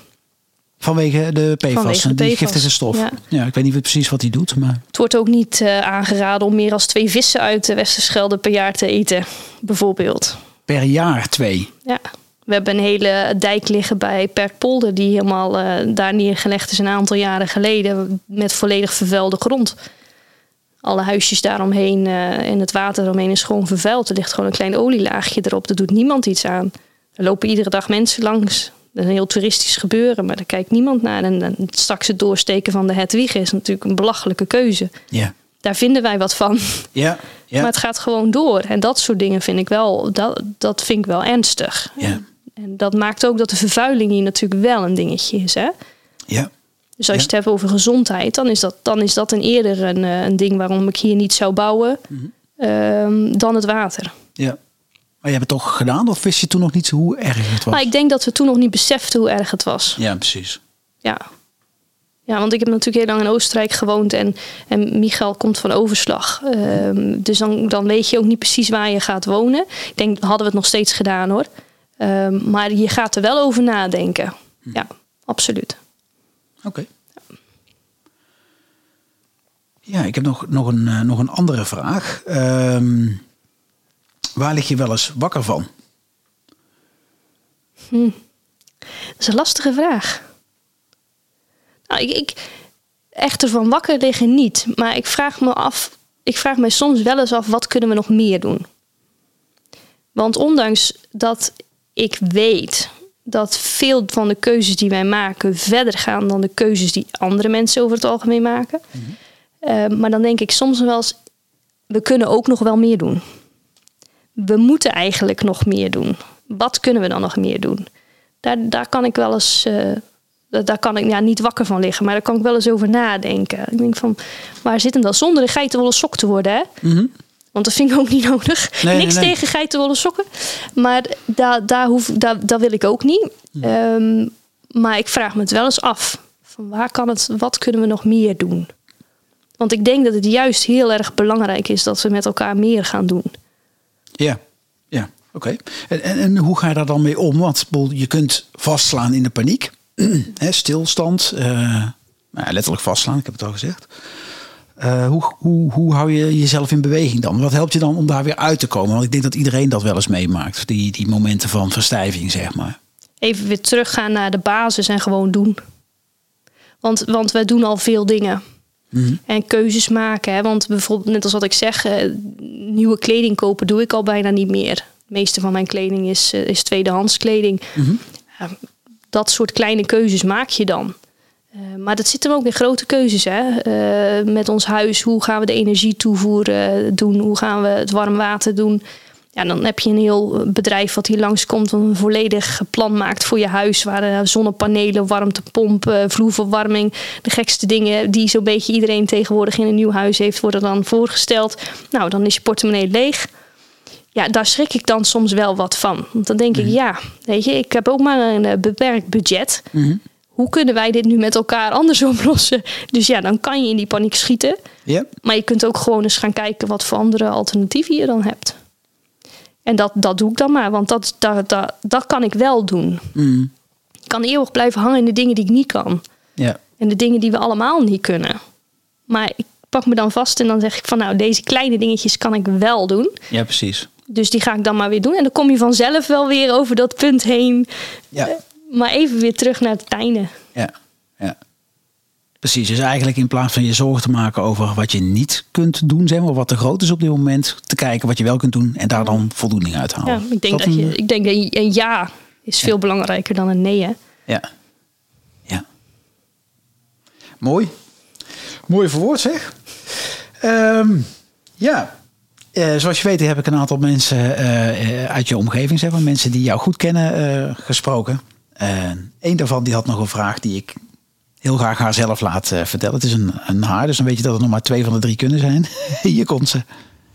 Vanwege de P F A S, die giftige stof. Ja. ja, ik weet niet precies wat hij doet. Maar... Het wordt ook niet uh, aangeraden om meer dan twee vissen uit de Westerschelde per jaar te eten, bijvoorbeeld. Per jaar twee? Ja. We hebben een hele dijk liggen bij Perkpolder die helemaal uh, daar neergelegd is een aantal jaren geleden met volledig vervuilde grond. Alle huisjes daaromheen uh, en het water eromheen is gewoon vervuild. Er ligt gewoon een klein olielaagje erop. Daar doet niemand iets aan. Er lopen iedere dag mensen langs. Dat is een heel toeristisch gebeuren, maar daar kijkt niemand naar. En, en straks het doorsteken van de Hedwige is natuurlijk een belachelijke keuze. Ja. Daar vinden wij wat van. Ja. Ja. Maar het gaat gewoon door. En dat soort dingen vind ik wel, dat, dat vind ik wel ernstig. Ja. En, en dat maakt ook dat de vervuiling hier natuurlijk wel een dingetje is. Hè? Ja. Dus als je ja. het hebt over gezondheid, dan is dat, dan is dat een eerder een, een ding waarom ik hier niet zou bouwen mm-hmm. um, dan het water. Ja. Maar je hebt het toch gedaan of wist je toen nog niet hoe erg het was? Maar ik denk dat we toen nog niet beseften hoe erg het was. Ja, precies. Ja, ja want ik heb natuurlijk heel lang in Oostenrijk gewoond en, en Michael komt van Overslag. Um, dus dan, dan weet je ook niet precies waar je gaat wonen. Ik denk, hadden we het nog steeds gedaan hoor. Um, maar je gaat er wel over nadenken. Hm. Ja, absoluut. Oké. Okay. Ja. ja, ik heb nog, nog, een, uh, nog een andere vraag. Um, Waar lig je wel eens wakker van? Hm. Dat is een lastige vraag. Nou, ik, ik echt ervan wakker liggen niet. Maar ik vraag me af. Ik vraag me soms wel eens af, wat kunnen we nog meer doen? Want ondanks dat ik weet dat veel van de keuzes die wij maken verder gaan dan de keuzes die andere mensen over het algemeen maken. Mm-hmm. Uh, maar dan denk ik soms wel eens, we kunnen ook nog wel meer doen. We moeten eigenlijk nog meer doen. Wat kunnen we dan nog meer doen? Daar, daar kan ik wel eens, uh, daar kan ik ja, niet wakker van liggen, maar daar kan ik wel eens over nadenken. Ik denk van, waar zit hem dan? Zonder de geitenwolle sok te worden, hè? Mm-hmm. Want dat vind ik ook niet nodig. Nee, Niks nee, nee. tegen geitenwolle sokken. Maar daar, daar, hoef, daar, daar wil ik ook niet. Mm. Um, maar ik vraag me het wel eens af. Van waar kan het, wat kunnen we nog meer doen? Want ik denk dat het juist heel erg belangrijk is dat we met elkaar meer gaan doen. Ja, ja, oké. Okay. En, en, en hoe ga je daar dan mee om? Want je kunt vastslaan in de paniek. He, stilstand. Uh, nou ja, letterlijk vastslaan, ik heb het al gezegd. Uh, hoe, hoe, hoe hou je jezelf in beweging dan? Wat helpt je dan om daar weer uit te komen? Want ik denk dat iedereen dat wel eens meemaakt. Die, die momenten van verstijving, zeg maar. Even weer teruggaan naar de basis en gewoon doen. Want, want wij doen al veel dingen. Mm-hmm. En keuzes maken. Hè? Want bijvoorbeeld, net als wat ik zeg, uh, nieuwe kleding kopen doe ik al bijna niet meer. Het meeste van mijn kleding is, uh, is tweedehands kleding. Mm-hmm. Uh, dat soort kleine keuzes maak je dan. Uh, maar dat zit hem ook in grote keuzes. Hè? Uh, met ons huis, hoe gaan we de energietoevoer uh, doen? Hoe gaan we het warm water doen? Ja, dan heb je een heel bedrijf wat hier langskomt, een volledig plan maakt voor je huis. Waar uh, zonnepanelen, warmtepomp, uh, vloerverwarming, de gekste dingen die zo'n beetje iedereen tegenwoordig in een nieuw huis heeft, worden dan voorgesteld. Nou, dan is je portemonnee leeg. Ja, daar schrik ik dan soms wel wat van. Want dan denk mm-hmm. ik, ja, weet je, ik heb ook maar een uh, beperkt budget. Mm-hmm. Hoe kunnen wij dit nu met elkaar anders oplossen? Dus ja, dan kan je in die paniek schieten. Yep. Maar je kunt ook gewoon eens gaan kijken wat voor andere alternatieven je dan hebt. En dat, dat doe ik dan maar, want dat, dat, dat, dat kan ik wel doen. Mm. Ik kan eeuwig blijven hangen in de dingen die ik niet kan. Yeah. En de dingen die we allemaal niet kunnen. Maar ik pak me dan vast en dan zeg ik van nou, deze kleine dingetjes kan ik wel doen. Ja, precies. Dus die ga ik dan maar weer doen. En dan kom je vanzelf wel weer over dat punt heen. Ja. Uh, maar even weer terug naar het einde. Ja, ja. Precies. Dus eigenlijk in plaats van je zorgen te maken over wat je niet kunt doen, zeg maar, wat te groot is op dit moment, te kijken wat je wel kunt doen en daar dan voldoening uit halen. Ja, ik denk dat, dat je, een... ik denk dat een ja is veel ja. belangrijker dan een nee, hè? Ja. Ja. Mooi. Mooi verwoord, zeg. Um, ja. Uh, zoals je weet heb ik een aantal mensen uh, uit je omgeving, zeg maar, mensen die jou goed kennen, uh, gesproken. Uh, een daarvan die had nog een vraag die ik heel graag haar zelf laat uh, vertellen. Het is een, een haar, dus dan weet je dat er nog maar twee van de drie kunnen zijn. Hier komt ze.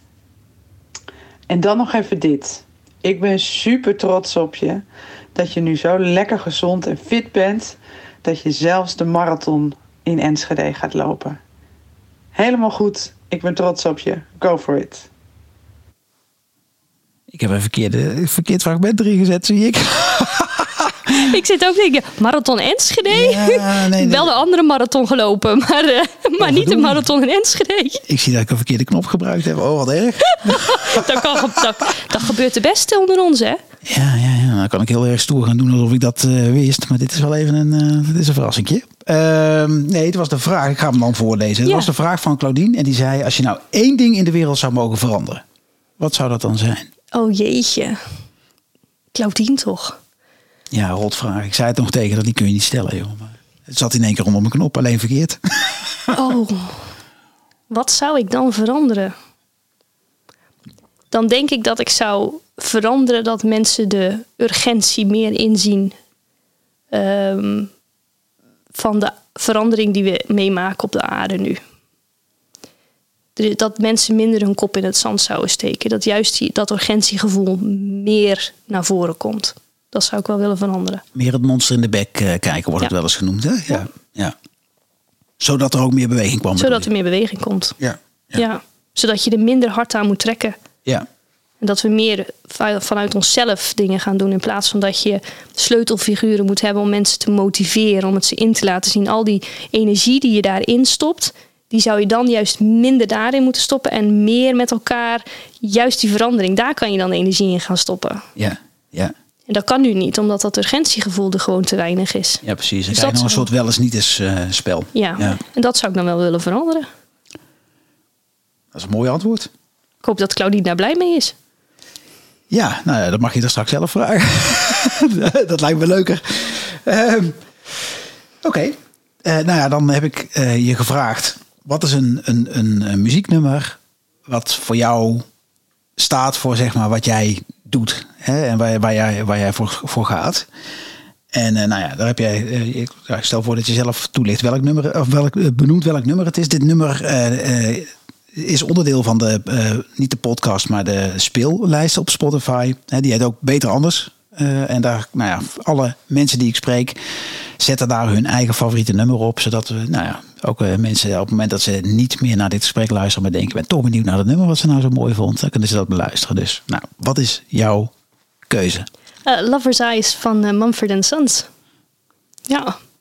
En dan nog even dit. Ik ben super trots op je. Dat je nu zo lekker gezond en fit bent. Dat je zelfs de marathon in Enschede gaat lopen. Helemaal goed. Ik ben trots op je. Go for it. Ik heb een verkeerde, verkeerd fragment erin gezet, zie ik. Ik zit ook denken, marathon Enschede? Ja, nee, nee. Wel de andere marathon gelopen, maar, uh, maar niet de marathon in Enschede. Ik zie dat ik een verkeerde knop gebruikt heb. Oh, wat erg. dat, kan, dat, dat gebeurt de beste onder ons, hè? Ja, ja, ja. Dan kan ik heel erg stoer gaan doen alsof ik dat uh, wist. Maar dit is wel even een, uh, dit is een verrassingje. Uh, nee, het was de vraag. Ik ga hem dan voorlezen. Het ja. was de vraag van Claudine. En die zei, als je nou één ding in de wereld zou mogen veranderen, wat zou dat dan zijn? Oh jeetje. Claudine toch? Ja, rotvraag. Ik zei het nog tegen, dat die kun je niet stellen, joh. Maar het zat in één keer onder mijn knop, alleen verkeerd. Oh, wat zou ik dan veranderen? Dan denk ik dat ik zou veranderen dat mensen de urgentie meer inzien um, van de verandering die we meemaken op de aarde nu. Dat mensen minder hun kop in het zand zouden steken. Dat juist die, dat urgentiegevoel meer naar voren komt. Dat zou ik wel willen veranderen. Meer het monster in de bek uh, kijken, wordt ja. het wel eens genoemd. Hè? Ja. Ja. Ja. Zodat er ook meer beweging kwam. Zodat er meer beweging komt. Ja. Ja. Ja. Zodat je er minder hard aan moet trekken. Ja. En dat we meer vanuit onszelf dingen gaan doen. In plaats van dat je sleutelfiguren moet hebben om mensen te motiveren. Om het ze in te laten zien. Al die energie die je daarin stopt, die zou je dan juist minder daarin moeten stoppen. En meer met elkaar, juist die verandering. Daar kan je dan energie in gaan stoppen. Ja, ja. En dat kan nu niet, omdat dat urgentiegevoel er gewoon te weinig is. Ja, precies. Dan dus krijg je nog een soort wel eens niet eens uh, spel. Ja. ja, en dat zou ik dan wel willen veranderen. Dat is een mooi antwoord. Ik hoop dat Claudine daar blij mee is. Ja, nou ja, dat mag je er straks zelf vragen. Dat lijkt me leuker. Uh, Oké. Okay. Uh, nou ja, dan heb ik uh, je gevraagd. Wat is een, een, een, een muzieknummer wat voor jou staat voor, zeg maar, wat jij doet, hè, en waar, waar jij, waar jij voor, voor gaat. En uh, nou ja, daar heb jij. Uh, ik stel voor dat je zelf toelicht welk nummer, of welk uh, benoemt welk nummer het is. Dit nummer uh, uh, is onderdeel van de uh, niet de podcast, maar de speellijst op Spotify. Hè, die heet ook Beter Anders. Uh, en daar, nou ja, alle mensen die ik spreek zetten daar hun eigen favoriete nummer op, zodat we, nou ja, ook uh, mensen op het moment dat ze niet meer naar dit gesprek luisteren, maar denken, ik ben toch benieuwd naar het nummer wat ze nou zo mooi vond, dan kunnen ze dat beluisteren. Dus, nou, wat is jouw keuze? Uh, Lover's Eyes van uh, Mumford and Sons. Ja,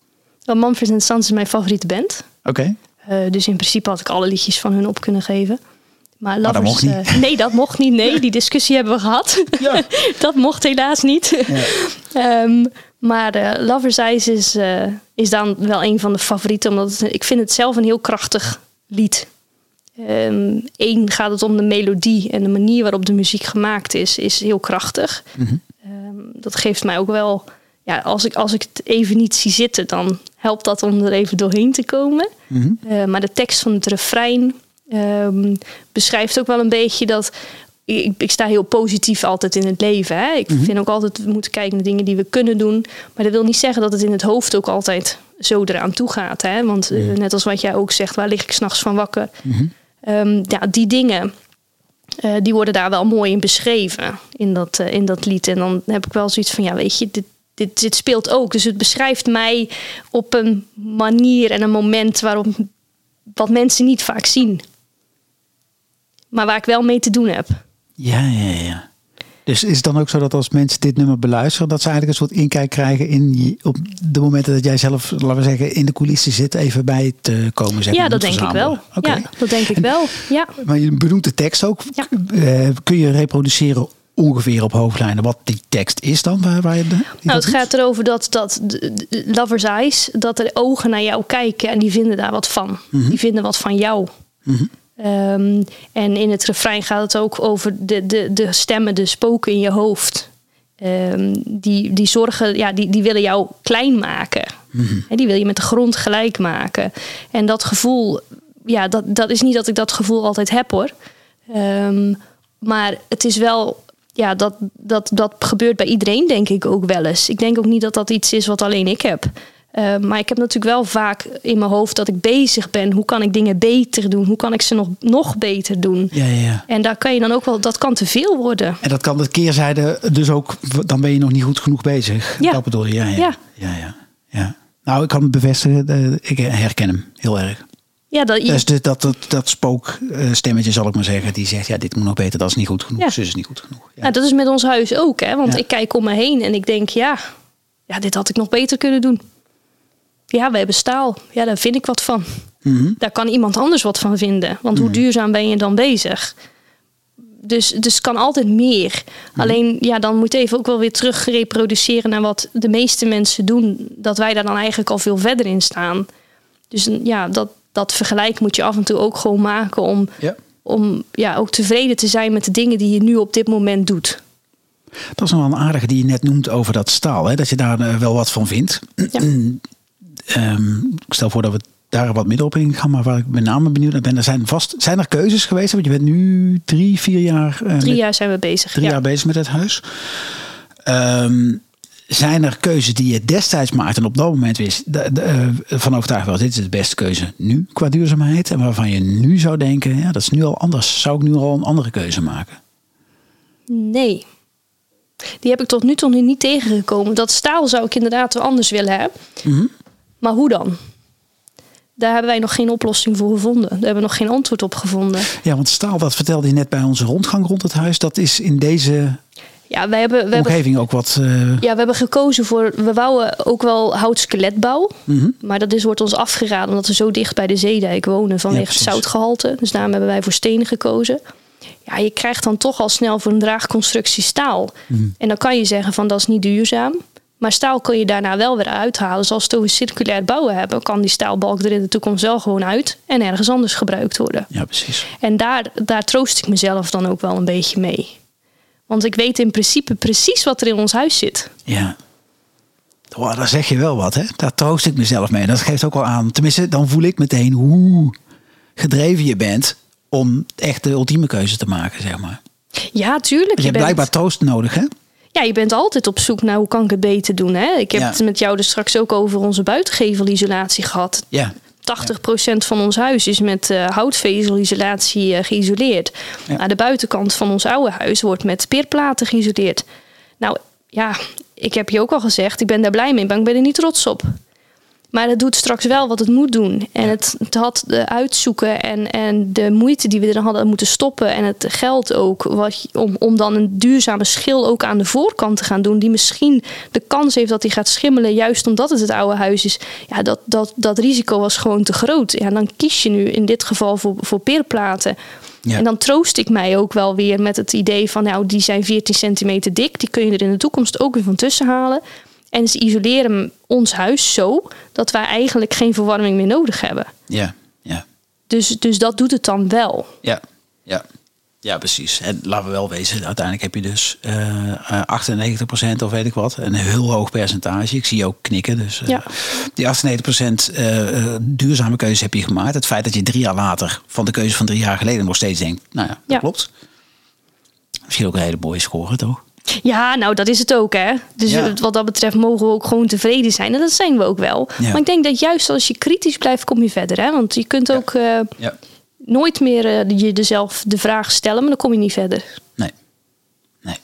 Well, Mumford and Sons is mijn favoriete band. Oké. Okay. Uh, dus in principe had ik alle liedjes van hun op kunnen geven. Maar, Lovers, maar dat mocht niet. Uh, nee, dat mocht niet. Nee, die discussie hebben we gehad. Ja. Dat mocht helaas niet. Ja. um, maar uh, Lover's Eyes is, uh, is dan wel een van de favorieten. Omdat het, ik vind het zelf een heel krachtig lied. Eén um, gaat het om de melodie en de manier waarop de muziek gemaakt is, is heel krachtig. Mm-hmm. Um, dat geeft mij ook wel, ja, als ik, als ik het even niet zie zitten, dan helpt dat om er even doorheen te komen. Mm-hmm. Uh, maar de tekst van het refrein um, beschrijft ook wel een beetje dat ik, ik sta heel positief altijd in het leven. Hè? Ik mm-hmm. vind ook altijd, we moeten kijken naar dingen die we kunnen doen. Maar dat wil niet zeggen dat het in het hoofd ook altijd zo eraan toe gaat. Hè? Want uh, mm-hmm. net als wat jij ook zegt, waar lig ik 's nachts van wakker? Mm-hmm. Um, ja, die dingen, uh, die worden daar wel mooi in beschreven in dat, uh, in dat lied. En dan heb ik wel zoiets van, ja, weet je, dit, dit, dit speelt ook. Dus het beschrijft mij op een manier en een moment waarop wat mensen niet vaak zien. Maar waar ik wel mee te doen heb. Ja, ja, ja. Dus is het dan ook zo dat als mensen dit nummer beluisteren, dat ze eigenlijk een soort inkijk krijgen in op de momenten dat jij zelf, laten we zeggen, in de coulissen zit, even bij te komen? Zeg, ja, dat denk ik wel. Okay. Ja, dat denk ik en, wel. Ja. Maar je benoemt de tekst ook. Ja. Uh, kun je reproduceren ongeveer op hoofdlijnen wat die tekst is dan? Waar, waar je de, nou, het gaat erover dat, dat de, de Lover's Eyes, dat er ogen naar jou kijken en die vinden daar wat van. Mm-hmm. Die vinden wat van jou. Mm-hmm. Um, en in het refrein gaat het ook over de, de, de stemmen, de spoken in je hoofd. Um, die, die zorgen, ja, die, die willen jou klein maken. Mm-hmm. He, die wil je met de grond gelijk maken. En dat gevoel, ja, dat, dat is niet dat ik dat gevoel altijd heb hoor. Um, maar het is wel, ja, dat, dat, dat gebeurt bij iedereen denk ik ook wel eens. Ik denk ook niet dat dat iets is wat alleen ik heb. Uh, maar ik heb natuurlijk wel vaak in mijn hoofd dat ik bezig ben. Hoe kan ik dingen beter doen? Hoe kan ik ze nog, nog beter doen? Ja, ja, ja. En daar kan je dan ook wel, dat kan te veel worden. En dat kan de keerzijde dus ook, dan ben je nog niet goed genoeg bezig. Ja. Dat bedoel je? Ja, ja. Ja. Ja, ja, ja. Nou, ik kan het bevestigen. Ik herken hem heel erg. Ja, dat, dus de, dat, dat, dat spookstemmetje, zal ik maar zeggen, die zegt, ja, dit moet nog beter, dat is niet goed genoeg. Ja. Zus is niet goed genoeg. Ja. Nou, dat is met ons huis ook, hè? Want ja. ik kijk om me heen en ik denk, ja, ja, dit had ik nog beter kunnen doen. Ja, we hebben staal. Ja, daar vind ik wat van. Mm-hmm. Daar kan iemand anders wat van vinden. Want mm-hmm. hoe duurzaam ben je dan bezig? Dus, dus het kan altijd meer. Mm-hmm. Alleen, ja, dan moet je even ook wel weer terug reproduceren naar wat de meeste mensen doen. Dat wij daar dan eigenlijk al veel verder in staan. Dus ja, dat, dat vergelijk moet je af en toe ook gewoon maken om, ja. om ja, ook tevreden te zijn met de dingen die je nu op dit moment doet. Dat is nog wel een aardige die je net noemt over dat staal. Hè? Dat je daar uh, wel wat van vindt. Ja. Um, ik stel voor dat we daar wat midden op in gaan, maar waar ik met name benieuwd naar ben, er zijn vast, zijn er keuzes geweest? Want je bent nu drie, vier jaar... Uh, drie met, jaar zijn we bezig. Drie ja. jaar bezig met het huis. Um, zijn er keuzes die je destijds maakte en op dat moment wist, de, de, uh, van overtuigd was, dit is de beste keuze nu qua duurzaamheid, en waarvan je nu zou denken, ja, dat is nu al anders. Zou ik nu al een andere keuze maken? Nee. Die heb ik tot nu toe niet tegengekomen. Dat staal zou ik inderdaad wel anders willen hebben. Mm-hmm. Maar hoe dan? Daar hebben wij nog geen oplossing voor gevonden. Daar hebben we nog geen antwoord op gevonden. Ja, want staal, dat vertelde je net bij onze rondgang rond het huis. Dat is in deze ja, wij hebben, we omgeving hebben, ook wat... Uh... Ja, we hebben gekozen voor... We wouden ook wel houtskeletbouw. Mm-hmm. Maar dat is, wordt ons afgeraden omdat we zo dicht bij de zeedijk wonen vanwege ja, het zoutgehalte. Dus daarom hebben wij voor stenen gekozen. Ja, je krijgt dan toch al snel voor een draagconstructie staal. Mm-hmm. En dan kan je zeggen van dat is niet duurzaam. Maar staal kun je daarna wel weer uithalen. Dus als we het over circulair bouwen hebben, kan die staalbalk er in de toekomst wel gewoon uit en ergens anders gebruikt worden. Ja, precies. En daar, daar troost ik mezelf dan ook wel een beetje mee. Want ik weet in principe precies wat er in ons huis zit. Ja. Oh, daar zeg je wel wat, hè? Daar troost ik mezelf mee. Dat geeft ook wel aan. Tenminste, dan voel ik meteen hoe gedreven je bent om echt de ultieme keuze te maken, zeg maar. Ja, tuurlijk. Je, je hebt blijkbaar troost nodig, hè? Ja, je bent altijd op zoek naar hoe kan ik het beter doen. Hè? Ik heb ja. het met jou dus straks ook over onze buitengevelisolatie gehad. Ja. tachtig procent van ons huis is met uh, houtvezelisolatie uh, geïsoleerd. Ja. Nou, de buitenkant van ons oude huis wordt met peerplaten geïsoleerd. Nou ja, ik heb je ook al gezegd, ik ben daar blij mee, maar ik ben er niet trots op. Maar het doet straks wel wat het moet doen. En het, het had de uitzoeken en, en de moeite die we er hadden moeten stoppen. En het geld ook. Wat, om, om dan een duurzame schil ook aan de voorkant te gaan doen. Die misschien de kans heeft dat die gaat schimmelen. Juist omdat het het oude huis is. Ja, dat, dat, dat risico was gewoon te groot. Ja, dan kies je nu in dit geval voor, voor peerplaten. Ja. En dan troost ik mij ook wel weer met het idee van... nou, die zijn veertien centimeter dik. Die kun je er in de toekomst ook weer van tussen halen. En ze isoleren ons huis zo dat wij eigenlijk geen verwarming meer nodig hebben. Ja, ja. Dus, dus dat doet het dan wel. Ja, ja. Ja, precies. En laten we wel wezen, uiteindelijk heb je dus uh, achtennegentig procent of weet ik wat. Een heel hoog percentage. Ik zie je ook knikken. Dus uh, ja. Die achtennegentig procent uh, duurzame keuzes heb je gemaakt. Het feit dat je drie jaar later van de keuze van drie jaar geleden nog steeds denkt, nou ja, dat ja. klopt. Misschien ook een hele mooie score, toch? Ja, nou dat is het ook, hè. Dus ja. wat dat betreft mogen we ook gewoon tevreden zijn. En dat zijn we ook wel. Ja. Maar ik denk dat juist als je kritisch blijft, kom je verder, hè. Want je kunt ook uh, ja. nooit meer uh, je dezelf de vraag stellen, maar dan kom je niet verder. Nee. Nee.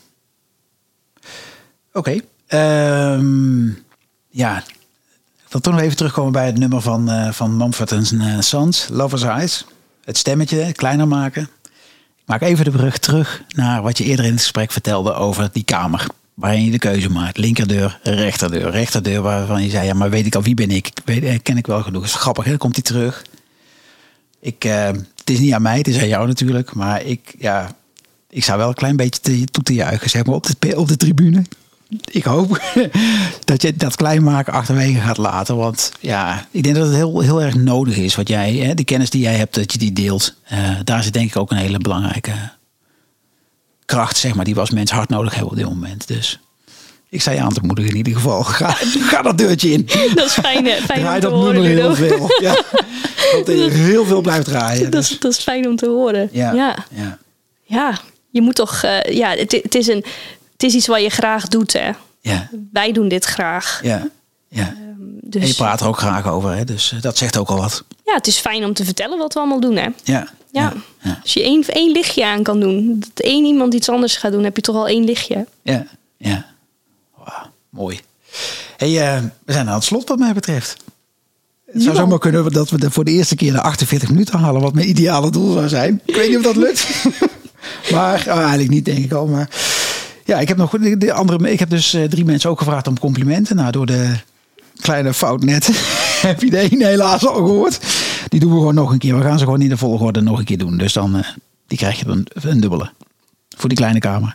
Oké. Um, ja. Ik wil toch nog even terugkomen bij het nummer van, uh, van Mumford en uh, Sons, Lover's Eyes. Het stemmetje kleiner maken. Maak even de brug terug naar wat je eerder in het gesprek vertelde over die kamer. Waarin je de keuze maakt. Linkerdeur, rechterdeur. Rechterdeur waarvan je zei, ja, maar weet ik al, wie ben ik? Weet, ken ik wel genoeg. Dat is grappig, hè? Dan komt hij terug. Ik, uh, het is niet aan mij, het is aan jou natuurlijk. Maar ik, ja, ik zou wel een klein beetje te, toe te juichen, zeg maar, op de, op de tribune. Ik hoop dat je dat klein maken achterwege gaat laten. Want ja, ik denk dat het heel, heel erg nodig is. Wat jij, hè, de kennis die jij hebt, dat je die deelt. Uh, daar zit denk ik ook een hele belangrijke kracht, zeg maar, die we als mens hard nodig hebben op dit moment. Dus ik sta je aan te moedigen in ieder geval. Ga, ga dat deurtje in. Dat is fijn, hè? Fijn Draai om te dat horen. nummer heel veel. Ja. Dat je heel veel blijft draaien. Dat, Dus. dat is fijn om te horen. Ja, ja. ja. ja je moet toch... Uh, ja, het, het is een... Het is iets wat je graag doet, hè? Ja. Wij doen dit graag. Ja, ja. Um, dus... En je praat er ook graag over, hè? Dus dat zegt ook al wat. Ja, het is fijn om te vertellen wat we allemaal doen, hè? Ja. Ja. ja. ja. Als je één, één lichtje aan kan doen, dat één iemand iets anders gaat doen, heb je toch al één lichtje. Ja, ja. Wow, mooi. Hey, uh, we zijn aan het slot wat mij betreft. Het zou ja. zomaar kunnen dat we voor de eerste keer de achtenveertig minuten halen, wat mijn ideale doel zou zijn. Ik weet niet of dat lukt. maar oh, eigenlijk niet, denk ik al. Maar ja, ik heb nog de andere. Ik heb dus uh, drie mensen ook gevraagd om complimenten. Nou, door de kleine fout net heb je de een helaas al gehoord. Die doen we gewoon nog een keer. We gaan ze gewoon in de volgorde nog een keer doen. Dus dan uh, die krijg je dan een dubbele voor die kleine kamer.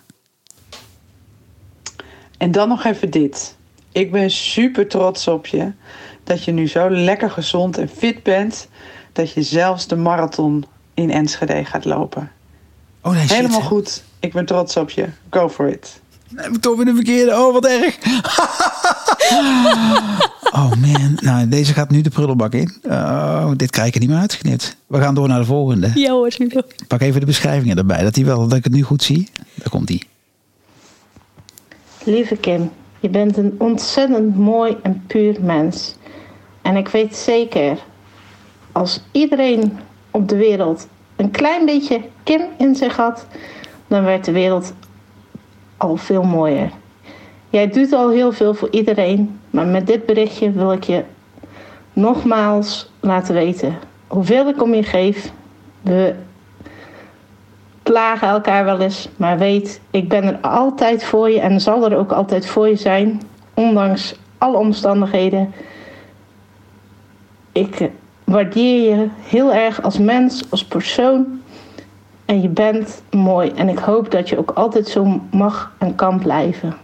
En dan nog even dit. Ik ben super trots op je dat je nu zo lekker gezond en fit bent dat je zelfs de marathon in Enschede gaat lopen. Oh nee, shit. Helemaal goed. Ik ben trots op je. Go for it. Nee, ik toch in de verkeerde. Oh, wat erg. Oh man. Nou, deze gaat nu de prullenbak in. Oh, dit krijg ik er niet meer uitgeknipt. We gaan door naar de volgende. Ja hoor, super. Pak even de beschrijvingen erbij. Dat, die wel, dat ik het nu goed zie. Daar komt die. Lieve Kim, je bent een ontzettend mooi en puur mens. En ik weet zeker, als iedereen op de wereld een klein beetje Kim in zich had, dan werd de wereld al veel mooier. Jij doet al heel veel voor iedereen, maar met dit berichtje wil ik je nogmaals laten weten hoeveel ik om je geef. We klagen elkaar wel eens, maar weet, ik ben er altijd voor je en zal er ook altijd voor je zijn, ondanks alle omstandigheden. Ik waardeer je heel erg als mens, als persoon. En je bent mooi. En ik hoop dat je ook altijd zo mag en kan blijven.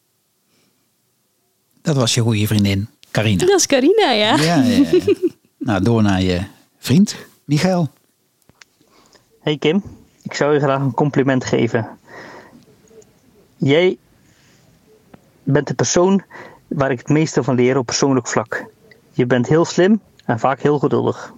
Dat was je goede vriendin, Carina. Dat is Carina, ja. Ja, ja, ja. Nou, door naar je vriend, Michael. Hey Kim, ik zou je graag een compliment geven. Jij bent de persoon waar ik het meeste van leer op persoonlijk vlak. Je bent heel slim en vaak heel geduldig.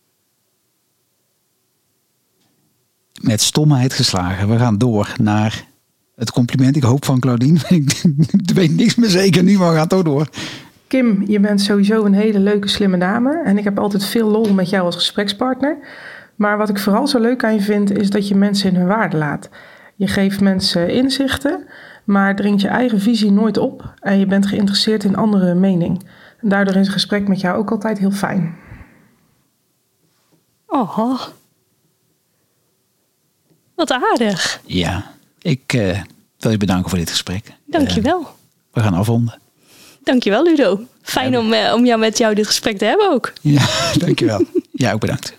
Met stomheid geslagen. We gaan door naar het compliment. Ik hoop van Claudine. Ik weet niks meer zeker nu, maar we gaan toch door. Kim, je bent sowieso een hele leuke, slimme dame. En ik heb altijd veel lol met jou als gesprekspartner. Maar wat ik vooral zo leuk aan je vind, is dat je mensen in hun waarde laat. Je geeft mensen inzichten, maar dringt je eigen visie nooit op. En je bent geïnteresseerd in andere mening. En daardoor is een gesprek met jou ook altijd heel fijn. Oh, wat aardig. Ja, ik uh, wil je bedanken voor dit gesprek. Dank je wel. Uh, we gaan afronden. Dank je wel, Ludo. Fijn ja. om, uh, om jou met jou dit gesprek te hebben ook. Ja, dank je wel. Ja, ook bedankt.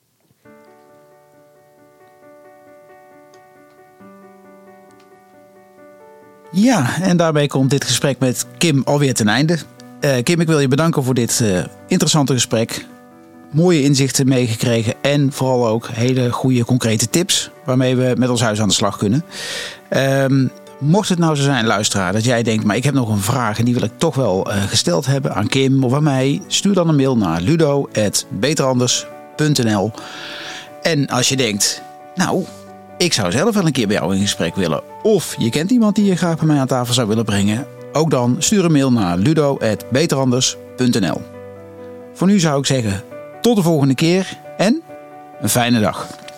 Ja, en daarbij komt dit gesprek met Kim alweer ten einde. Uh, Kim, ik wil je bedanken voor dit uh, interessante gesprek. Mooie inzichten meegekregen en vooral ook hele goede concrete tips waarmee we met ons huis aan de slag kunnen. Um, mocht het nou zo zijn, luisteraar, dat jij denkt, maar ik heb nog een vraag en die wil ik toch wel uh, gesteld hebben aan Kim of aan mij, stuur dan een mail naar ludo at beteranders punt n l. En als je denkt, nou, ik zou zelf wel een keer bij jou in gesprek willen, of je kent iemand die je graag bij mij aan tafel zou willen brengen, ook dan stuur een mail naar ludo at beteranders punt n l. Voor nu zou ik zeggen, tot de volgende keer en een fijne dag.